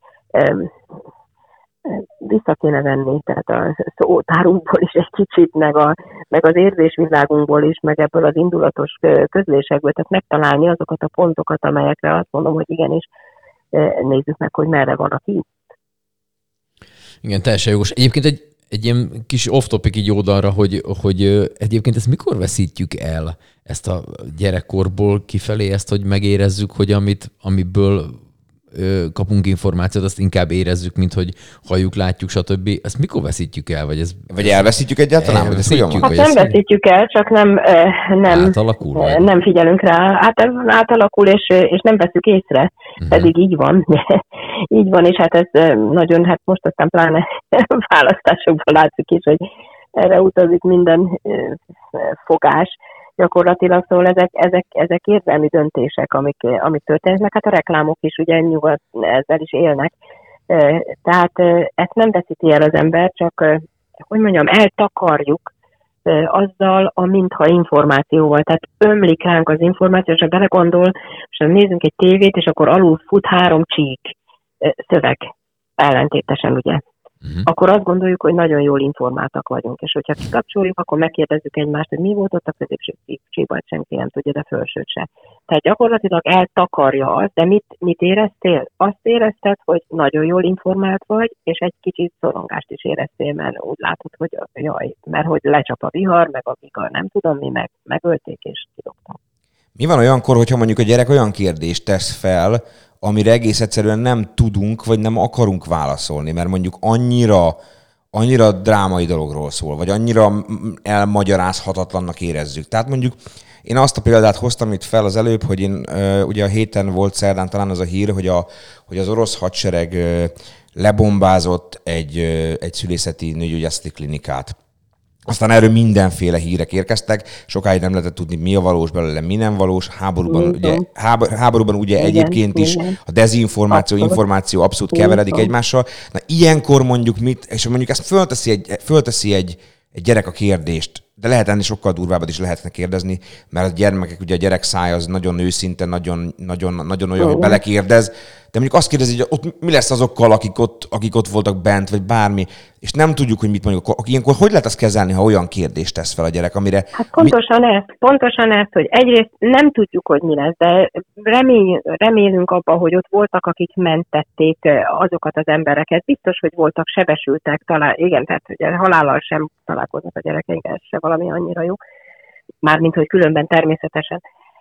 vissza kéne venni, tehát a szótárunkból is egy kicsit, meg az érzésvilágunkból is, meg ebből az indulatos közlésekből, tehát megtalálni azokat a pontokat, amelyekre azt mondom, hogy igenis nézzük meg, hogy merre van a kint. Igen, teljesen jogos. Egyébként egy ilyen kis off-topic így oldalra, hogy egyébként ezt mikor veszítjük el, ezt a gyerekkorból kifelé, ezt, hogy megérezzük, hogy amiből kapunk információt, azt inkább érezzük, mint hogy halljuk, látjuk, stb. Ezt mikor veszítjük el? Vagy elveszítjük egyáltalán? Nem veszítjük el, csak nem átalakul, nem figyelünk rá. Átalakul, és nem veszük észre. Pedig így van. Így van, és hát ez nagyon, hát most aztán pláne választásokban látszik is, hogy erre utazik minden fogás. Gyakorlatilag, szóval ezek érzelmi döntések, amik történnek, hát a reklámok is ugye nyugodt ezzel is élnek. Tehát ezt nem veszíti el az ember, csak, eltakarjuk azzal a mintha információval. Tehát ömlik ránk az információ, és ha belegondol, és nézzünk egy tévét, és akkor alul fut 3 csík szöveg ellentétesen, ugye. Akkor azt gondoljuk, hogy nagyon jól informáltak vagyunk, és hogyha kikapcsoljuk, akkor megkérdezzük egymást, hogy mi volt ott a középső csíkban, senki nem tudja, de fölsőt se. Tehát gyakorlatilag eltakarja azt, de mit éreztél? Azt érezted, hogy nagyon jól informált vagy, és egy kicsit szorongást is éreztél, mert úgy látod, hogy mert hogy lecsap a vihar, meg a vihar, nem tudom mi, megölték és kidobtak. Mi van olyankor, hogyha mondjuk a gyerek olyan kérdést tesz fel, amire egész egyszerűen nem tudunk, vagy nem akarunk válaszolni, mert mondjuk annyira drámai dologról szól, vagy annyira elmagyarázhatatlannak érezzük. Tehát mondjuk én azt a példát hoztam itt fel az előbb, hogy én ugye a héten volt szerdán talán az a hír, hogy az orosz hadsereg lebombázott egy szülészeti nőgyógyászati klinikát. Aztán erről mindenféle hírek érkeztek, sokáig nem lehetett tudni, mi a valós belőle, mi nem valós. Háborúban ugye igen, egyébként is a dezinformáció, információ abszolút keveredik egymással. Na ilyenkor mondjuk és mondjuk ezt fölteszi egy gyerek a kérdést, de lehet ennél sokkal durvábbat is lehetne kérdezni, mert a gyermekek, ugye a gyerek száj az nagyon őszinte, nagyon olyan, hogy belekérdez. de mondjuk azt kérdezi, hogy ott mi lesz azokkal, akik ott voltak bent, vagy bármi, és nem tudjuk, hogy mit mondjuk, ilyenkor hogy lehet azt kezelni, ha olyan kérdést tesz fel a gyerek, amire... Hát pontosan ezt, hogy egyrészt nem tudjuk, hogy mi lesz, de remélünk abban, hogy ott voltak, akik mentették azokat az embereket. Biztos, hogy voltak sebesültek, talán, igen, tehát hogy halállal sem találkoznak a gyerekeink, ez se valami annyira jó. Mármint, hogy különben természetesen.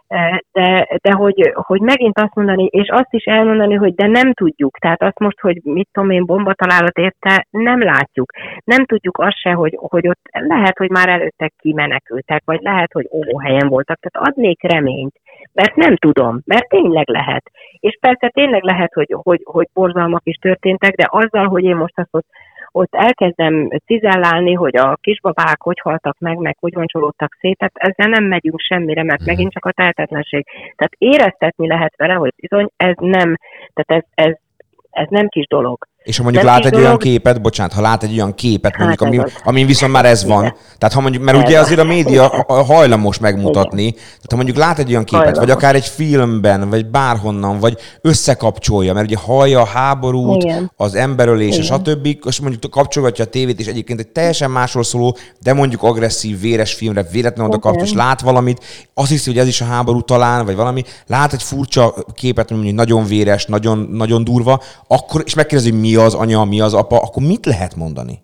De hogy megint azt mondani, és azt is elmondani, hogy de nem tudjuk. Tehát azt most, hogy mit tudom én, bombatalálat érte, nem látjuk. Nem tudjuk azt se, hogy ott lehet, hogy már előtte kimenekültek, vagy lehet, hogy óvóhelyen voltak. Tehát adnék reményt, mert nem tudom, mert tényleg lehet. És persze tényleg lehet, hogy borzalmak is történtek, de azzal, hogy én most azt ott elkezdem cizellálni, hogy a kisbabák hogy haltak meg hogy roncsolódtak szét, tehát ezzel nem megyünk semmire, mert megint csak a tehetetlenség. Tehát éreztetni lehet vele, hogy bizony ez nem, tehát ez nem kis dolog. És ha mondjuk lát egy olyan képet, bocsánat, ha lát egy olyan képet, mondjuk, amin viszont már ez van, tehát ha mondjuk, mert ugye azért a média hajlamos megmutatni, tehát ha mondjuk lát egy olyan képet, vagy akár egy filmben, vagy bárhonnan, vagy összekapcsolja, mert ugye hallja a háborút, az emberölés, és stb., és mondjuk kapcsolgatja a tévét, és egyébként egy teljesen másról szóló, de mondjuk agresszív, véres filmre véletlenül oda kapcs, és lát valamit, azt hiszi, hogy ez is a háború talán, vagy valami, lát egy furcsa képet, mondjuk nagyon véres, nagyon, nagyon durva, akkor, és megkérdezi, hogy mi az anya, mi az apa, akkor mit lehet mondani?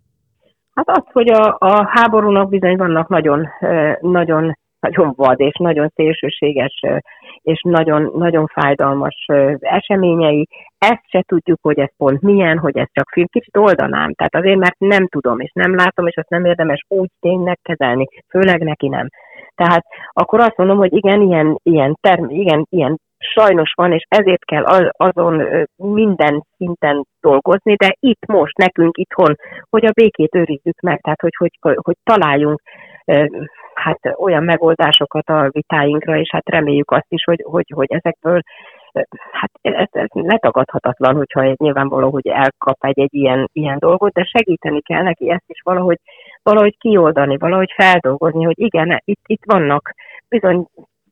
Hát az, hogy a háborúnak bizony vannak nagyon vad és nagyon szélsőséges és nagyon, nagyon fájdalmas eseményei. Ezt se tudjuk, hogy ez pont milyen, hogy ez csak film. Kicsit oldanám. Tehát azért, mert nem tudom, és nem látom, és azt nem érdemes úgy tényleg kezelni. Főleg neki nem. Tehát akkor azt mondom, hogy igen, ilyen sajnos van, és ezért kell azon minden szinten dolgozni, de itt most nekünk itthon, hogy a békét őrizzük meg, tehát hogy találjunk hát olyan megoldásokat a vitáinkra, és hát reméljük azt is, hogy ezekből hát ez letagadhatatlan, hogyha nyilvánvaló, hogy elkap egy ilyen dolgot, de segíteni kell neki ezt is valahogy kioldani, valahogy feldolgozni, hogy igen, itt bizony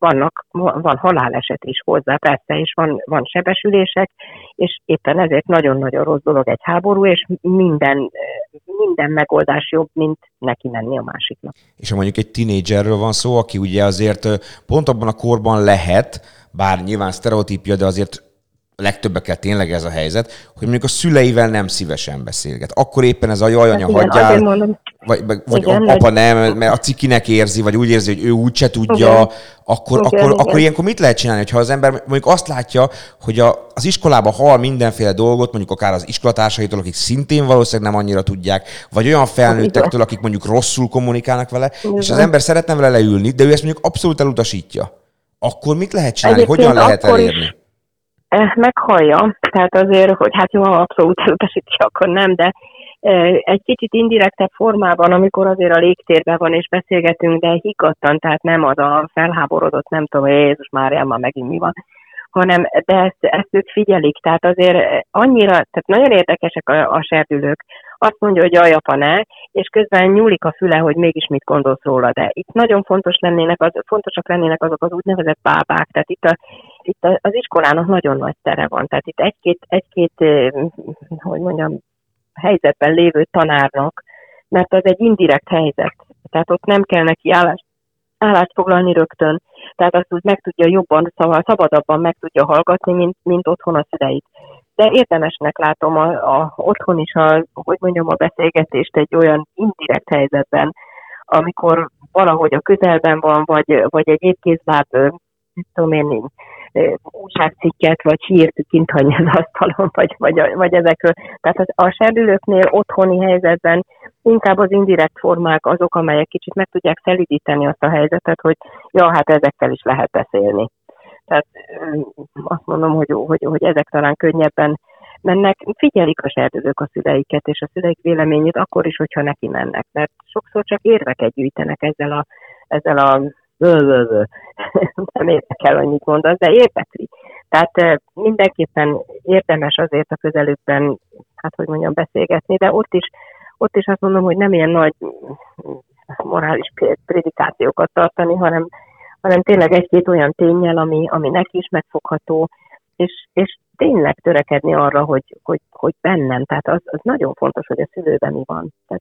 van haláleset is hozzá, persze, és van sebesülések, és éppen ezért nagyon-nagyon rossz dolog egy háború, és minden megoldás jobb, mint neki menni a másiknak. És ha mondjuk egy tinédzserről van szó, aki ugye azért pont abban a korban lehet, bár nyilván sztereotípia, de azért legtöbbekkel tényleg ez a helyzet, hogy mondjuk a szüleivel nem szívesen beszélget. Akkor éppen ez a jaj, anya, hagyjál, vagy apa nem, mert a cikinek érzi, vagy úgy érzi, hogy ő úgyse tudja, akkor ilyenkor mit lehet csinálni, hogyha az ember mondjuk azt látja, hogy az iskolában hall mindenféle dolgot, mondjuk akár az iskolatársaitól, akik szintén valószínűleg nem annyira tudják, vagy olyan felnőttektől, akik mondjuk rosszul kommunikálnak vele, és az ember szeretne vele leülni, de ő ezt mondjuk abszolút elutasítja. Akkor mit lehet csinálni? Hogyan lehet elérni? Meghallja, tehát azért, hogy hát jó, ha abszolút elutasítja, akkor nem, de egy kicsit indirektebb formában, amikor azért a légtérben van és beszélgetünk, de higgadtan, tehát nem az a felháborodott, nem tudom, Jézus Mária, már megint mi van, hanem de ezt ők figyelik, tehát azért annyira, tehát nagyon érdekesek a serdülők, azt mondja, hogy jaj, apa, ne, és közben nyúlik a füle, hogy mégis mit gondolsz róla, de itt nagyon fontosak lennének azok az úgynevezett bábák, tehát itt az iskolának nagyon nagy tere van, tehát itt egy-két hogy mondjam, helyzetben lévő tanárnak, mert az egy indirekt helyzet, tehát ott nem kell neki állást foglalni rögtön, tehát azt úgy meg tudja jobban, szabadabban meg tudja hallgatni, mint otthon a szüleit. De érdemesnek látom otthon is a beszélgetést egy olyan indirekt helyzetben, amikor valahogy a közelben van, vagy egy épkézláb, újságcikket, vagy hírt kint hagyni az asztalon, vagy ezekről. Tehát a serdülőknél otthoni helyzetben inkább az indirekt formák azok, amelyek kicsit meg tudják szelídíteni azt a helyzetet, hogy ja, hát ezekkel is lehet beszélni. Tehát azt mondom, hogy ezek talán könnyebben mennek. Figyelik a serdülők a szüleiket, és a szüleik véleményét akkor is, hogyha neki mennek. Mert sokszor csak érveket gyűjtenek ezzel a nem érdekel, hogy mit mondasz, de érdekli. Tehát mindenképpen érdemes azért a közelükben, beszélgetni, de ott is azt mondom, hogy nem ilyen nagy morális prédikációkat tartani, hanem tényleg egy-két olyan ténnyel, ami neki is megfogható, és tényleg törekedni arra, hogy bennem, tehát az nagyon fontos, hogy a szülőben mi van. Tehát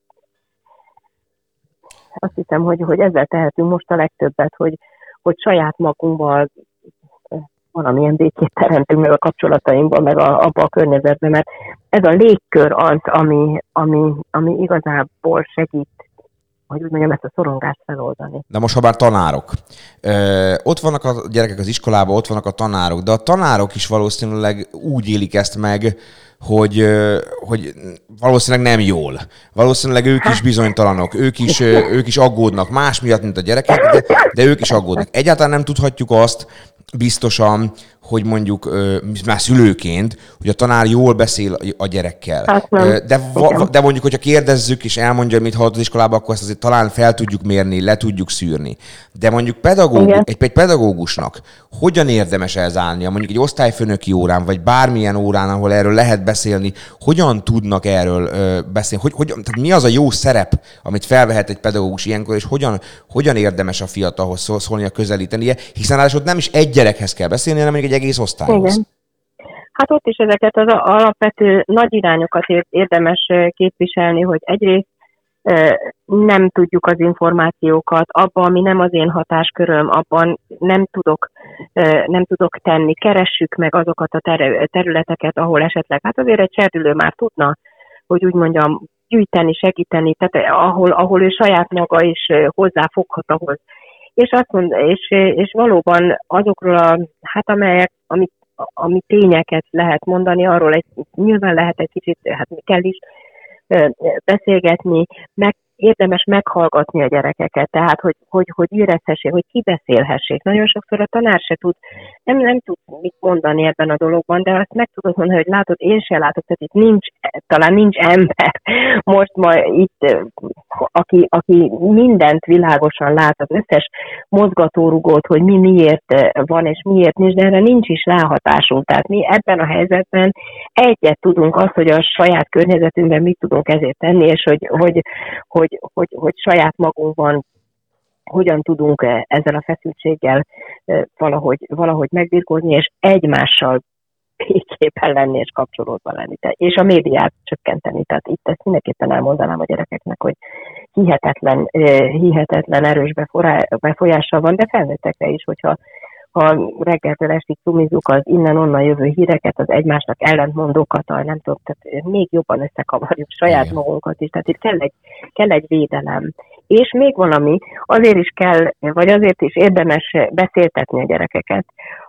azt hiszem, hogy ezzel tehetünk most a legtöbbet, hogy saját magunkban valamilyen békét teremtünk meg a kapcsolatainkban, meg abban a környezetben, mert ez a légkör az, ami igazából segít, hogy úgy mondjam, ezt a szorongást feloldani. De most, ha bár tanárok. Ott vannak a gyerekek az iskolában, ott vannak a tanárok, de a tanárok is valószínűleg úgy élik ezt meg, hogy valószínűleg nem jól. Valószínűleg ők is bizonytalanok, ők is aggódnak más miatt, mint a gyerekek, de ők is aggódnak. Egyáltalán nem tudhatjuk azt biztosan, hogy mondjuk már szülőként, hogy a tanár jól beszél a gyerekkel. De mondjuk, hogyha kérdezzük és elmondja, mit hallott az iskolában, akkor ezt azért talán fel tudjuk mérni, le tudjuk szűrni. De mondjuk egy pedagógusnak hogyan érdemes elzállnia, mondjuk egy osztályfőnöki órán, vagy bármilyen órán, ahol erről lehet beszélni, hogyan tudnak erről beszélni? Tehát mi az a jó szerep, amit felvehet egy pedagógus ilyenkor, és hogyan érdemes a fiatalhoz szólnia, közelítenie, hiszen ráadásul nem is egy gyerekhez kell beszélni, hanem egy egész osztályhoz. Igen. Hát ott is ezeket az alapvető nagy irányokat érdemes képviselni, hogy egyrészt nem tudjuk az információkat, abban, ami nem az én hatásköröm, abban nem tudok tenni. Keressük meg azokat a területeket, ahol esetleg, hát azért egy serdülő már tudna, hogy úgy mondjam, gyűjteni, segíteni, tehát ahol ő saját maga is hozzáfoghat ahhoz. És azt és valóban azokról ami tényeket lehet mondani, arról nyilván lehet egy kicsit, hát kell is beszélgetni, érdemes meghallgatni a gyerekeket, tehát hogy érezhessék, hogy kibeszélhessék. Nagyon sokszor a tanár se tud, nem tud mit mondani ebben a dologban, de azt meg tudod mondani, hogy látod, én se látok, tehát itt talán nincs ember most itt, aki mindent világosan lát, az összes mozgatórugót, hogy mi miért van és miért nincs, de erre nincs is ráhatásunk. Tehát mi ebben a helyzetben egyet tudunk azt, hogy a saját környezetünkben mit tudunk ezért tenni, és hogy saját magunkban hogyan tudunk ezzel a feszültséggel valahogy megbirkózni, és egymással békében lenni, és kapcsolódva lenni. És a médiát csökkenteni. Tehát itt ezt mindenképpen elmondanám a gyerekeknek, hogy hihetetlen erős befolyással van, de felnőttekre is, hogyha reggeltől estig cumizzuk az innen-onnan jövő híreket, az egymásnak ellentmondókat, nem tudom, tehát még jobban összekavarjuk saját magunkat is, tehát itt kell egy védelem. És még valami, azért is kell, vagy azért is érdemes beszéltetni a gyerekeket,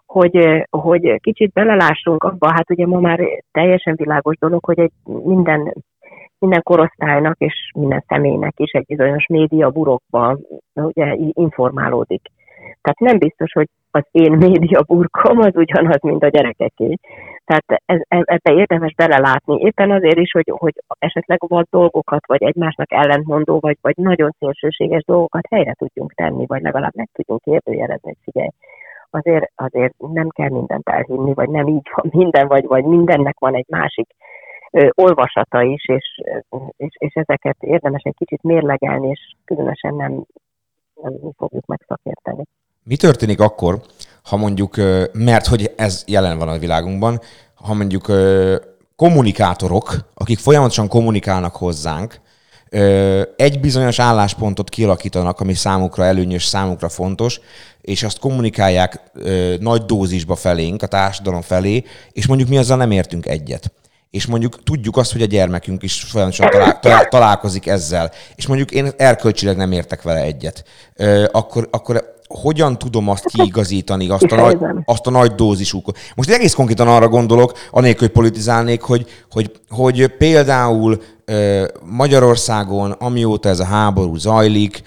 hogy kicsit belelássunk abba, hát ugye ma már teljesen világos dolog, hogy minden korosztálynak és minden személynek is egy bizonyos média burokba ugye informálódik. Tehát nem biztos, hogy az én média burkom az ugyanaz, mint a gyerekeké. Tehát ebbe érdemes belelátni. Éppen azért is, hogy esetleg vad dolgokat, vagy egymásnak ellentmondó, vagy nagyon szélsőséges dolgokat helyre tudjunk tenni, vagy legalább meg tudjunk kérdőjelezni, hogy figyelj, azért nem kell mindent elhinni, vagy nem így van minden, vagy mindennek van egy másik olvasata is, és ezeket érdemes egy kicsit mérlegelni, és különösen nem fogjuk megszakérteni. Mi történik akkor, ha mondjuk, mert hogy ez jelen van a világunkban, ha mondjuk kommunikátorok, akik folyamatosan kommunikálnak hozzánk, egy bizonyos álláspontot kialakítanak, ami számukra előnyös, számukra fontos, és azt kommunikálják nagy dózisba felénk, a társadalom felé, és mondjuk mi azzal nem értünk egyet. És mondjuk tudjuk azt, hogy a gyermekünk is folyamatosan találkozik ezzel, és mondjuk én erkölcsileg nem értek vele egyet. Akkor hogyan tudom azt kiigazítani, azt a nagy dózisú? Most egész konkrétan arra gondolok, anélkül, hogy politizálnék, hogy például Magyarországon, amióta ez a háború zajlik,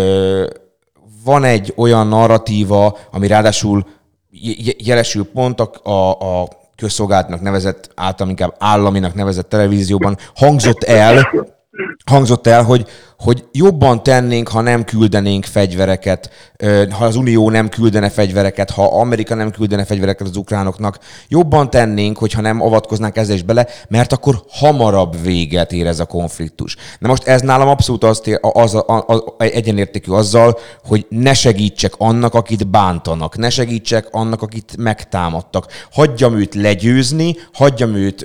van egy olyan narratíva, ami ráadásul jelesül pont a közszolgálatnak nevezett, általában inkább államinak nevezett televízióban hangzott el, hangzott el, hogy jobban tennénk, ha nem küldenénk fegyvereket, ha az Unió nem küldene fegyvereket, ha Amerika nem küldene fegyvereket az ukránoknak. Jobban tennénk, hogyha nem avatkoznánk ezzel is bele, mert akkor hamarabb véget ér ez a konfliktus. Na most ez nálam abszolút egyenértékű azzal, hogy ne segítsek annak, akit bántanak, ne segítsek annak, akit megtámadtak. Hagyjam őt legyőzni, hagyjam őt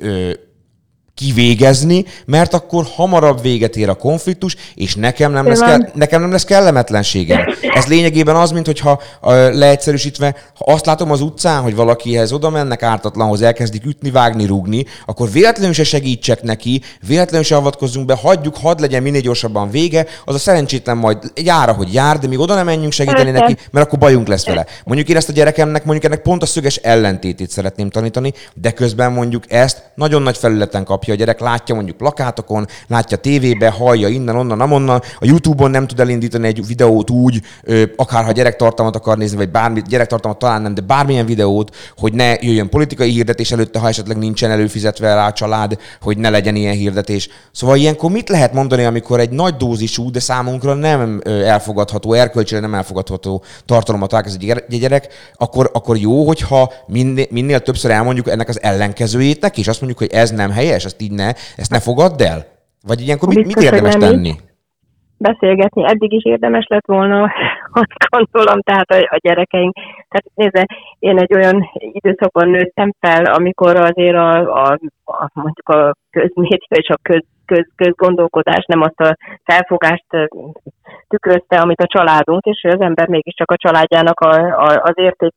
kivégezni, mert akkor hamarabb véget ér a konfliktus, és nekem nem lesz kellemetlenségem. Ez lényegében az, mintha leegyszerűsítve, ha azt látom az utcán, hogy valakihez oda mennek ártatlanhoz, elkezdik ütni, vágni, rúgni, akkor véletlenül se segítsek neki, véletlenül se avatkozzunk be, hadd legyen minél gyorsabban vége, az a szerencsétlen majd jár, ahogy jár, de még oda nem menjünk segíteni neki, mert akkor bajunk lesz vele. Mondjuk én ezt a gyerekemnek, ennek pont a szöges ellentétét szeretném tanítani, de közben mondjuk ezt nagyon nagy felületen kapja a gyerek, látja mondjuk plakátokon, látja tévébe, hallja innen, onnan, amonnan, a YouTube-on nem tud elindítani egy videót úgy, akárha gyerektartalmat akar nézni, vagy bármit, gyerektartalmat talán nem, de bármilyen videót, hogy ne jöjjön politikai hirdetés előtte, ha esetleg nincsen előfizetve rá a család, hogy ne legyen ilyen hirdetés. Szóval ilyenkor mit lehet mondani, amikor egy nagy dózisú, de számunkra nem elfogadható, erkölcsileg nem elfogadható tartalommal találkozik egy gyerek, akkor jó, hogyha minél többször elmondjuk ennek az ellenkezőjét, és azt mondjuk, hogy ez nem helyes, ezt ne fogadd el? Vagy ilyenkor mit érdemes tenni? Beszélgetni eddig is érdemes lett volna, azt gondolom, tehát a gyerekeink. Tehát nézze, én egy olyan időszakban nőttem fel, amikor azért mondjuk a közmédia és a közgondolkodás nem azt a felfogást tükrözte, amit a családunk, és az ember mégiscsak a családjának az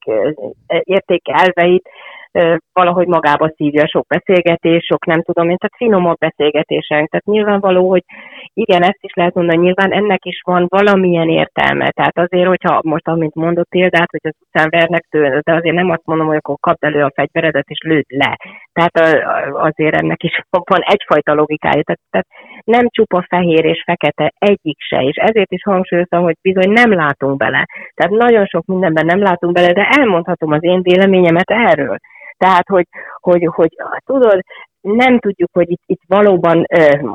érték elveit valahogy magába szívja, sok beszélgetés, sok nem tudom én, tehát finomabb beszélgetések. Tehát nyilvánvaló, hogy igen, ezt is lehet mondani, nyilván ennek is van valamilyen értelme. Tehát azért, hogyha most, amint mondott példát, hogy az utcán vernek tőle, de azért nem azt mondom, hogy akkor kapd elő a fegyveredet és lőd le. Tehát azért ennek is van egyfajta logikája. Tehát nem csupa fehér és fekete egyik se, és ezért is hangsúlyoztam, hogy bizony nem látunk bele. Tehát nagyon sok mindenben nem látunk bele, de elmondhatom az én véleményemet erről. Tehát, hogy tudod, nem tudjuk, hogy itt valóban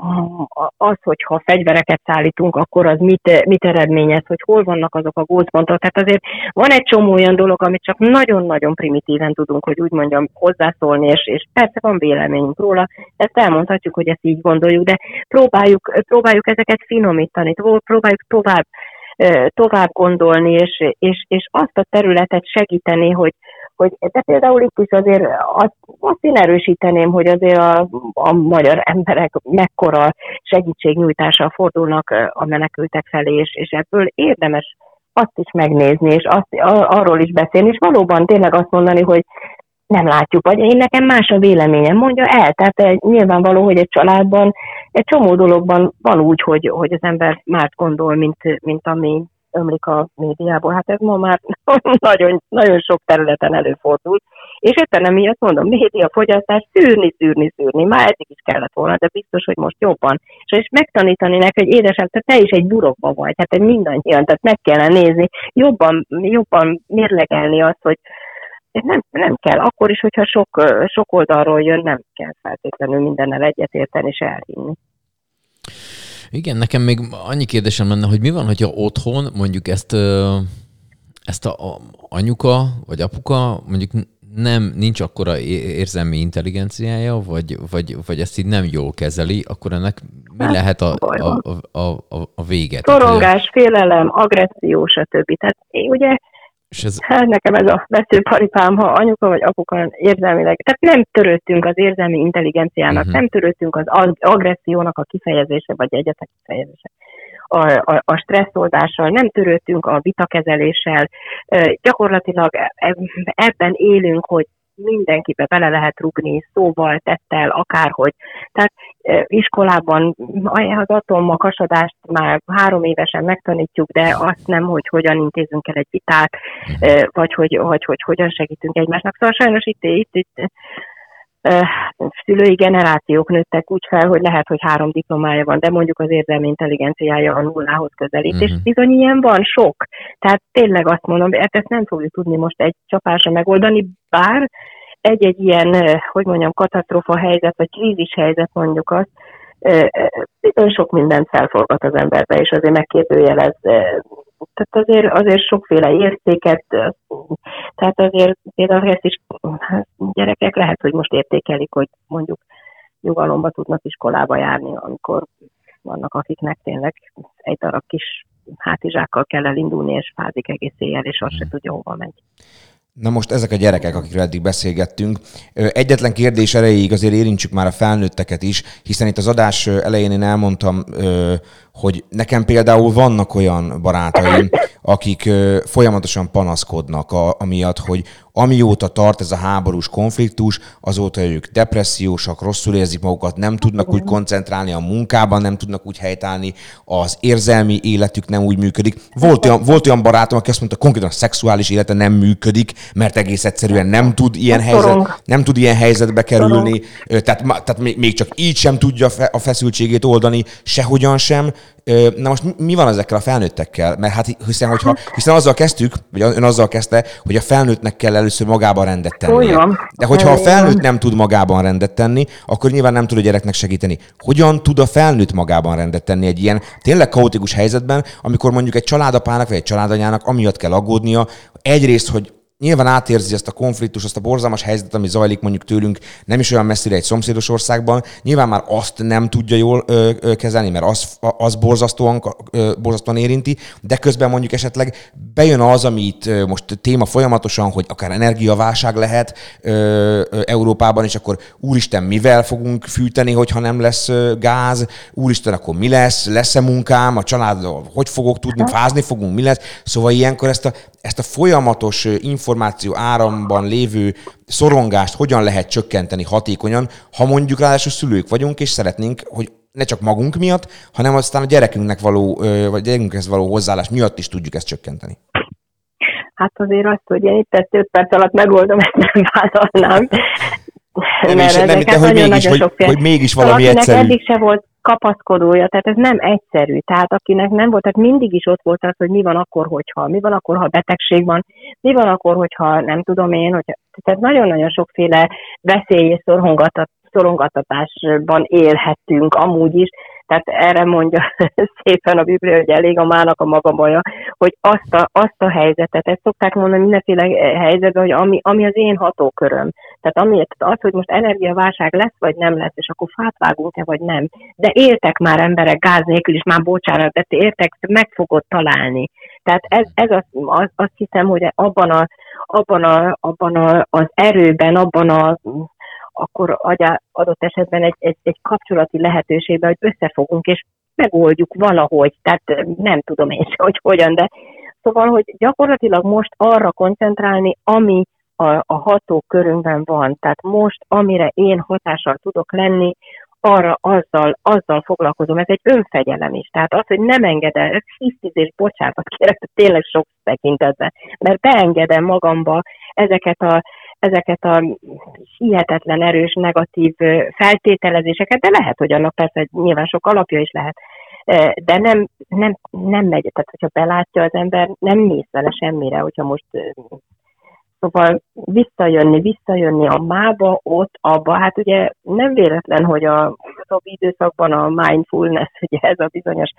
az, hogyha fegyvereket szállítunk, akkor az mit eredményez, hogy hol vannak azok a gócpontok. Tehát azért van egy csomó olyan dolog, amit csak nagyon-nagyon primitíven tudunk, hogy úgy mondjam, hozzászólni, és persze van véleményünk róla, ezt elmondhatjuk, hogy ezt így gondoljuk, de próbáljuk ezeket finomítani, próbáljuk tovább gondolni, és azt a területet segíteni, hogy de például itt is azért azt én erősíteném, hogy azért a magyar emberek mekkora segítségnyújtással fordulnak a menekültek felé, és ebből érdemes azt is megnézni, és arról is beszélni, és valóban tényleg azt mondani, hogy nem látjuk, vagy én nekem más a véleményem, mondja el. Tehát nyilvánvaló, hogy egy családban egy csomó dologban van úgy, hogy az ember mást gondol, mint ami ömlik a médiából. Hát ez ma már nagyon, nagyon sok területen előfordul. És éppen emiatt mondom, médiafogyasztás szűrni. Már eddig is kellett volna, de biztos, hogy most jobban. És megtanítani neki, hogy édesem, te is egy burokba vagy, hát mindannyian, tehát meg kellene nézni, jobban mérlegelni azt, hogy nem kell. Akkor is, hogyha sok oldalról jön, nem kell feltétlenül mindennel egyetérteni és elhinni. Igen, nekem még annyi kérdésem lenne, hogy mi van, hogyha otthon mondjuk ezt a anyuka vagy apuka mondjuk nincs akkora érzelmi intelligenciája, vagy ezt így nem jól kezeli, akkor ennek mi lehet a vége? Szorongás, félelem, agresszió, stb. Tehát ugye nekem ez a veszőparipám, ha anyuka vagy apuka érzelmileg, tehát nem törődtünk az érzelmi intelligenciának, nem törődtünk az agressziónak a kifejezése, vagy egyetek kifejezése, a stresszoldással, nem törődtünk a vitakezeléssel, gyakorlatilag ebben élünk, hogy mindenkibe bele lehet rugni, szóval, tettel, akárhogy. Tehát iskolában az atommakasadást már 3 évesen megtanítjuk, de azt nem, hogy hogyan intézünk el egy vitát, vagy hogy hogyan segítünk egymásnak. Szóval sajnos itt szülői generációk nőttek úgy fel, hogy lehet, hogy 3 diplomája van, de mondjuk az érzelmi intelligenciája a nullához közelít, és bizony ilyen van sok. Tehát tényleg azt mondom, ezt nem fogjuk tudni most egy csapásra megoldani, bár egy ilyen, hogy mondjam, katasztrófa helyzet, vagy krízis helyzet mondjuk azt, bizony sok mindent felforgat az emberbe, és azért megkérdőjelez. Tehát azért sokféle értéket, tehát azért például ezt is gyerekek lehet, hogy most értékelik, hogy mondjuk nyugalomba tudnak iskolába járni, amikor vannak, akiknek tényleg egy darab kis hátizsákkal kell elindulni, és fázik egész éjjel, és azt se tudja, hova megy. Na most ezek a gyerekek, akikről eddig beszélgettünk, egyetlen kérdés erejéig azért érintsük már a felnőtteket is, hiszen itt az adás elején én elmondtam, hogy nekem például vannak olyan barátaim, akik folyamatosan panaszkodnak amiatt, hogy amióta tart ez a háborús konfliktus, azóta ők depressziósak, rosszul érzik magukat, nem tudnak úgy koncentrálni a munkában, nem tudnak úgy helytállni, az érzelmi életük nem úgy működik. Volt olyan barátom, aki azt mondta, konkrétan a szexuális élete nem működik, mert egész egyszerűen nem tud ilyen helyzetbe kerülni, tehát még csak így sem tudja a feszültségét oldani, sehogyan sem. Na most mi van ezekkel a felnőttekkel? Mert hát hiszen azzal kezdtük, vagy ön azzal kezdte, hogy a felnőttnek kell először magában rendet tenni. De hogyha a felnőtt nem tud magában rendet tenni, akkor nyilván nem tud a gyereknek segíteni. Hogyan tud a felnőtt magában rendet tenni egy ilyen tényleg kaotikus helyzetben, amikor mondjuk egy családapának vagy egy családanyának amiatt kell aggódnia, egyrészt, hogy nyilván átérzi ezt a konfliktust, azt a borzalmas helyzetet, ami zajlik mondjuk tőlünk nem is olyan messzire egy szomszédos országban. Nyilván már azt nem tudja jól kezelni, mert az borzasztóan érinti, de közben mondjuk esetleg bejön az, ami itt most téma folyamatosan, hogy akár energiaválság lehet Európában, és akkor úristen, mivel fogunk fűteni, hogyha nem lesz gáz, úristen, akkor mi lesz, lesz-e munkám, a családdal hogy fogok tudni, fázni fogunk, mi lesz. Szóval ilyenkor ezt a folyamatos információ áramban lévő szorongást hogyan lehet csökkenteni hatékonyan, ha mondjuk ráadásul szülők vagyunk, és szeretnénk, hogy ne csak magunk miatt, hanem aztán a gyerekünknek vagy gyerekünkhez való hozzáállás miatt is tudjuk ezt csökkenteni. Hát azért azt, hogy én itt 5 perc alatt megoldom, ezt nem vállalnám. Hogy mégis valami egyszerű. Eddig se volt kapaszkodója, tehát ez nem egyszerű. Tehát akinek nem volt, tehát mindig is ott volt az, hogy mi van akkor, ha betegség van, mi van akkor, hogyha nem tudom én, tehát nagyon-nagyon sokféle veszély és szorongattatásban élhettünk amúgy is. Tehát erre mondja szépen a Biblia, hogy elég a mának a maga baja, hogy azt a helyzetet, ezt szokták mondani mindenféle helyzetben, hogy ami az én hatóköröm. Tehát az, hogy most energiaválság lesz, vagy nem lesz, és akkor fát vágunk-e, vagy nem. De éltek már emberek gáz nélkül is, már bocsánat, de értek, meg fogod találni. Tehát ez azt hiszem, hogy abban az erőben, akkor adott esetben egy kapcsolati lehetőségben, hogy összefogunk, és megoldjuk valahogy, tehát nem tudom én se, hogy hogyan, de szóval, hogy gyakorlatilag most arra koncentrálni, ami a hatókörünkben van, tehát most, amire én hatással tudok lenni, arra azzal foglalkozom, ez egy önfegyelem is. Tehát az, hogy nem engedem, hisztizés, bocsánat, kérek, tényleg sok tekintetben, mert beengedem magamba ezeket a hihetetlen erős negatív feltételezéseket, de lehet, hogy annak persze nyilván sok alapja is lehet, de nem megy, tehát hogyha belátja az ember, nem mész vele semmire, hogyha most szóval visszajönni a mába, ott, abba, hát ugye nem véletlen, hogy a utóbbi időszakban a mindfulness, ugye ez a bizonyos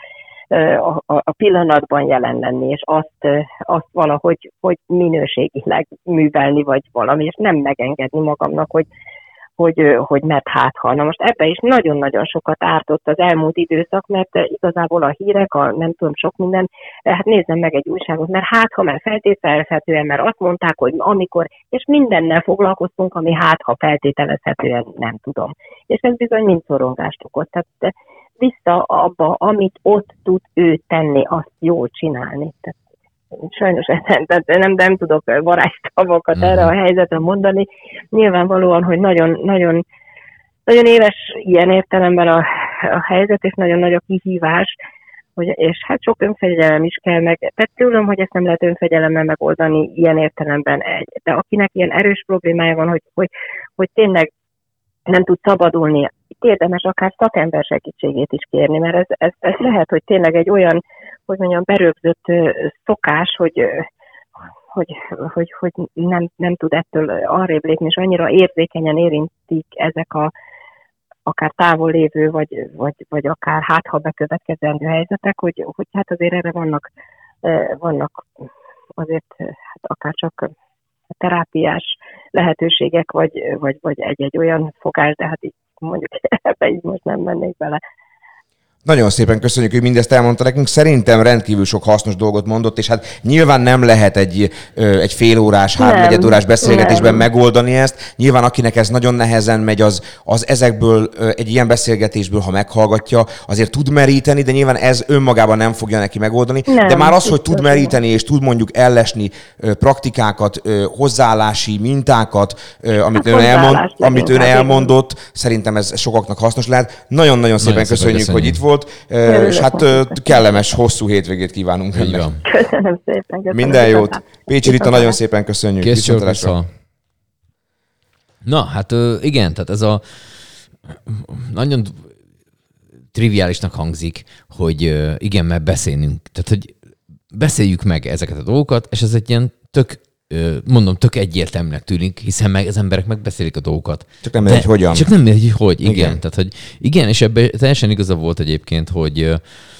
a pillanatban jelen lenni, és azt valahogy hogy minőségileg művelni, vagy valami, és nem megengedni magamnak, hogy mert hátha. Na most ebbe is nagyon-nagyon sokat ártott az elmúlt időszak, mert igazából a hírek, nem tudom, sok minden, hát nézzem meg egy újságot, mert hátha, mert feltételezhetően, mert azt mondták, hogy amikor, és mindennel foglalkoztunk, ami hátha feltételezhetően nem tudom. És ez bizony mind szorongást okoz. Tehát vissza abba, amit ott tud ő tenni, azt jól csinálni. Tehát sajnos nem tudok varázsszavakat erre a helyzetre mondani. Nyilvánvalóan, hogy nagyon, nagyon, nagyon éles ilyen értelemben a helyzet, és nagyon nagy a kihívás, és hát sok önfegyelem is kell meg. Tehát tőlem, hogy ezt nem lehet önfegyelemmel megoldani ilyen értelemben. De akinek ilyen erős problémája van, hogy tényleg nem tud szabadulni, itt érdemes akár szakember segítségét is kérni, mert ez lehet, hogy tényleg egy olyan, hogy mondjam, berögzött szokás, hogy nem tud ettől arrébb lépni, és annyira érzékenyen érintik ezek akár távol lévő, vagy akár ha bekövetkezendő helyzetek, hogy hát azért erre vannak azért hát akár csak terápiás lehetőségek, vagy egy olyan fogás, de hát így mondjuk ebbe így most nem mennék bele. Nagyon szépen köszönjük, hogy mindezt elmondta nekünk. Szerintem rendkívül sok hasznos dolgot mondott, és hát nyilván nem lehet egy félórás, háromnegyedórás beszélgetésben megoldani ezt. Nyilván akinek ez nagyon nehezen megy, az ezekből, egy ilyen beszélgetésből, ha meghallgatja, azért tud meríteni, de nyilván ez önmagában nem fogja neki megoldani. Nem, de már az, hogy tud meríteni, és tud mondjuk ellesni praktikákat, hozzáállási mintákat, amit ön elmondott, szerintem ez sokaknak hasznos lehet. Nagyon-nagyon szépen köszönjük, hogy itt volt. És hát kellemes, hosszú hétvégét kívánunk önnek. Köszönöm szépen. Minden jót. Pécsi Rita, nagyon szépen köszönjük. Viszontlátásra. Na, hát igen, tehát ez a nagyon triviálisnak hangzik, hogy igen, mert beszélnünk. Tehát, hogy beszéljük meg ezeket a dolgokat, és ez egy ilyen tök egyértelműnek tűnik, hiszen az emberek megbeszélik a dolgokat. Csak nem mindegy, hogyan. Csak nem mindegy, hogy igen. Tehát, hogy igen, és ebben teljesen igaza volt egyébként, hogy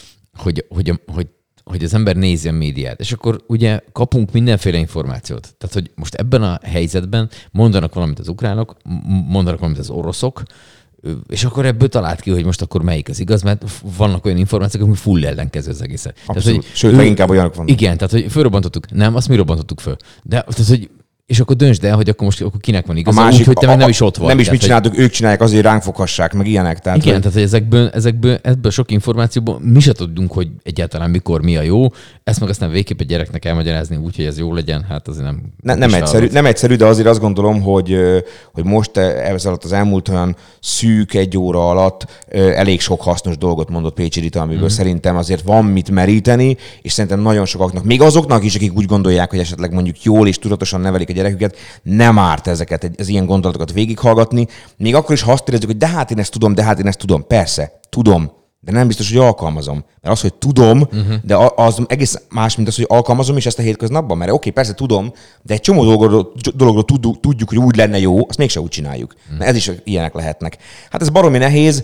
az ember nézi a médiát, és akkor ugye kapunk mindenféle információt. Tehát, hogy most ebben a helyzetben mondanak valamit az ukránok, mondanak valamit az oroszok, és akkor ebből talált ki, hogy most akkor melyik az igaz, mert vannak olyan információk, ami full ellenkező az egészen. Abszolút. Tehát, sőt, leginkább olyanok vannak. Igen, tehát hogy fölrobbantottuk. Nem, azt mi robbantottuk föl. De tehát, hogy és akkor döntsd el, hogy akkor kinek van igaza, úgy, hogy te meg nem is ott vagy. Nem is mit csináltuk, ők csinálják, azért ránk foghassák, meg ilyenek. Tehát, igen, tehát hogy ebből sok információból mi se tudunk, hogy egyáltalán mikor mi a jó. Ezt meg aztán végképp egy gyereknek elmagyarázni úgy, hogy ez jó legyen, hát azért nem egyszerű, de azért azt gondolom, hogy most ez alatt az elmúlt olyan szűk egy óra alatt elég sok hasznos dolgot mondott Pécsi Rita, amiből szerintem azért van mit meríteni, és szerintem nagyon sokaknak, még azoknak is, akik úgy gondolják, hogy esetleg mondjuk jól és tudatosan nevelik a gyereküket, nem árt az ilyen gondolatokat végighallgatni, még akkor is, ha azt érezzük, hogy de hát én ezt tudom. Persze, tudom, de nem biztos, hogy alkalmazom. Mert az, hogy tudom, de az egész más, mint az, hogy alkalmazom is ezt a hétköznapban, mert oké, persze tudom, de egy csomó dologról tudjuk, hogy úgy lenne jó, azt mégse úgy csináljuk. Mert ez is ilyenek lehetnek. Hát ez baromi nehéz.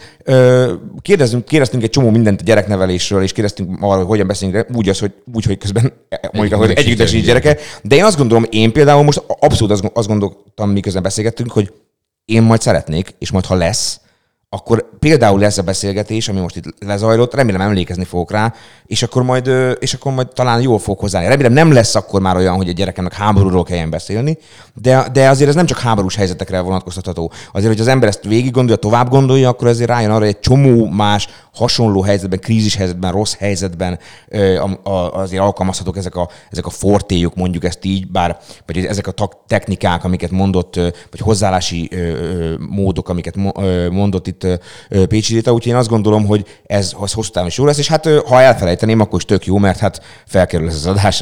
Kérdeztünk egy csomó mindent a gyereknevelésről, és kérdeztünk arra, hogy hogyan beszélünk, úgy, hogy közben mondjuk, hogy egyiknek sincs gyereke. De én azt gondolom, én például most abszolút azt gondoltam, miközben beszélgettünk, hogy én majd szeretnék, és majd ha lesz, akkor például lesz a beszélgetés, ami most itt lezajlott, remélem emlékezni fogok rá, és akkor majd talán jól fogok hozzáállni. Remélem nem lesz akkor már olyan, hogy a gyerekemnek háborúról kelljen beszélni, de azért ez nem csak háborús helyzetekre vonatkoztatható. Azért, hogy az ember ezt végig gondolja, tovább gondolja, akkor azért rájön arra, hogy egy csomó más hasonló helyzetben, krízis helyzetben, rossz helyzetben azért alkalmazhatók ezek a fortélyok, mondjuk ezt így, vagy ezek a technikák, amiket mondott, vagy hozzáállási módok, amiket mondott itt Pécsi Rita, úgyhogy én azt gondolom, hogy ez hosszú távon is jó lesz, és hát ha elfelejteném, akkor is tök jó, mert hát felkerül ez az adás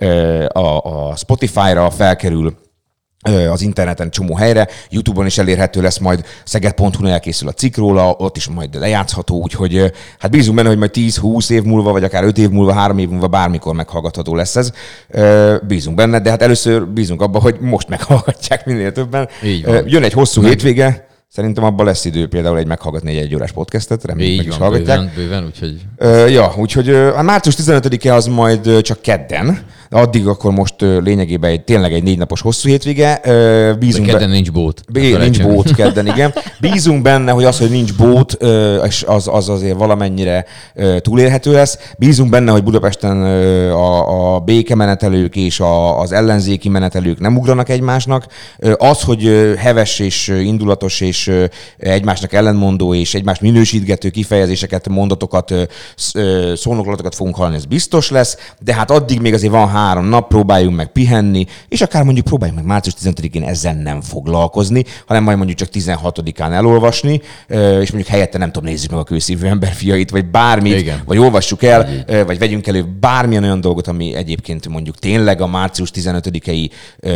a Spotify-ra, felkerül az interneten csomó helyre, YouTube-on is elérhető lesz, majd szeged.hu-n elkészül a cikk róla, ott is majd lejátszható, úgyhogy hát bízunk benne, hogy majd 10-20 év múlva, vagy akár 5 év múlva, 3 év múlva bármikor meghallgatható lesz ez. Bízunk benne, de hát először bízunk abban, hogy most meghallgatják minél többen. Jön egy hosszú hétvége, szerintem abban lesz idő például meghallgatni egy órás podcastet, reméljük meg is hallgatják. Bőven, úgyhogy... úgyhogy a március 15-e az majd csak kedden, addig akkor most lényegében tényleg egy 4 napos hosszú hétvége. Kedden nincs bót. Nincs bót kedden, igen. Bízunk benne, hogy az, hogy nincs bót, és az azért valamennyire túlélhető lesz. Bízunk benne, hogy Budapesten a békemenetelők és az ellenzéki menetelők nem ugranak egymásnak. Az, hogy heves és indulatos és egymásnak ellenmondó és egymást minősítgető kifejezéseket, mondatokat, szónoklatokat fogunk hallani, ez biztos lesz, de hát addig még azért van 3 nap, próbáljunk meg pihenni, és akár mondjuk próbáljunk meg március 15-én ezzel nem foglalkozni, hanem majd mondjuk csak 16-án elolvasni, és mondjuk helyette nem tudom, nézzük meg a Kőszívő ember fiait, vagy bármit, igen. Vagy olvassuk el, vagy vegyünk elő bármilyen olyan dolgot, ami egyébként mondjuk tényleg a március 15-i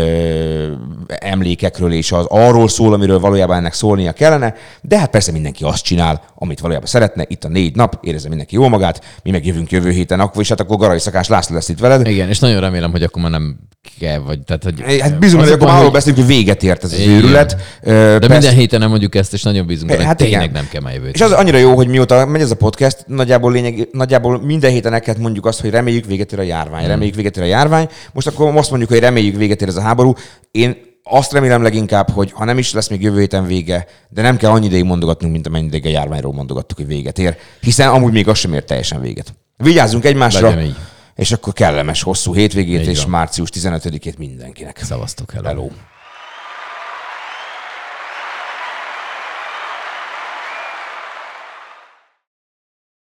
emlékekről és arról szól, amiről valójában ennek szólnia kellene, de hát persze mindenki azt csinál, amit valójában szeretne. Itt a 4 nap, érezze mindenki jól magát, mi meg jövünk jövő héten, és hát akkor Garai Szakás László lesz itt veled. Igen, és nagyon remélem, hogy akkor már nem megszűnik-e, vagy tehát, hogy... Hát bízunk, hogy akkor arról beszélünk, hogy véget ért ez az őrület. De minden héten nem mondjuk ezt, és nagyon bízunk, hogy hát tényleg igen. nem kell már jövő. És az annyira jó, hogy mióta megy ez a podcast, nagyjából minden héten neked mondjuk azt, hogy reméljük véget ér a járvány, reméljük véget ér a járvány. Most akkor azt mondjuk, hogy reméljük véget ér ez a háború. Én azt remélem leginkább, hogy ha nem is lesz még jövő héten vége, de nem kell annyi ideig mondogatnunk, mint amennyi ideig a járványról mondogattuk, hogy véget ér, hiszen amúgy még az sem ér teljesen véget. Vigyázzunk egymásra, és akkor kellemes, hosszú hétvégét, és március 15-ét mindenkinek. Szavaztok, hello.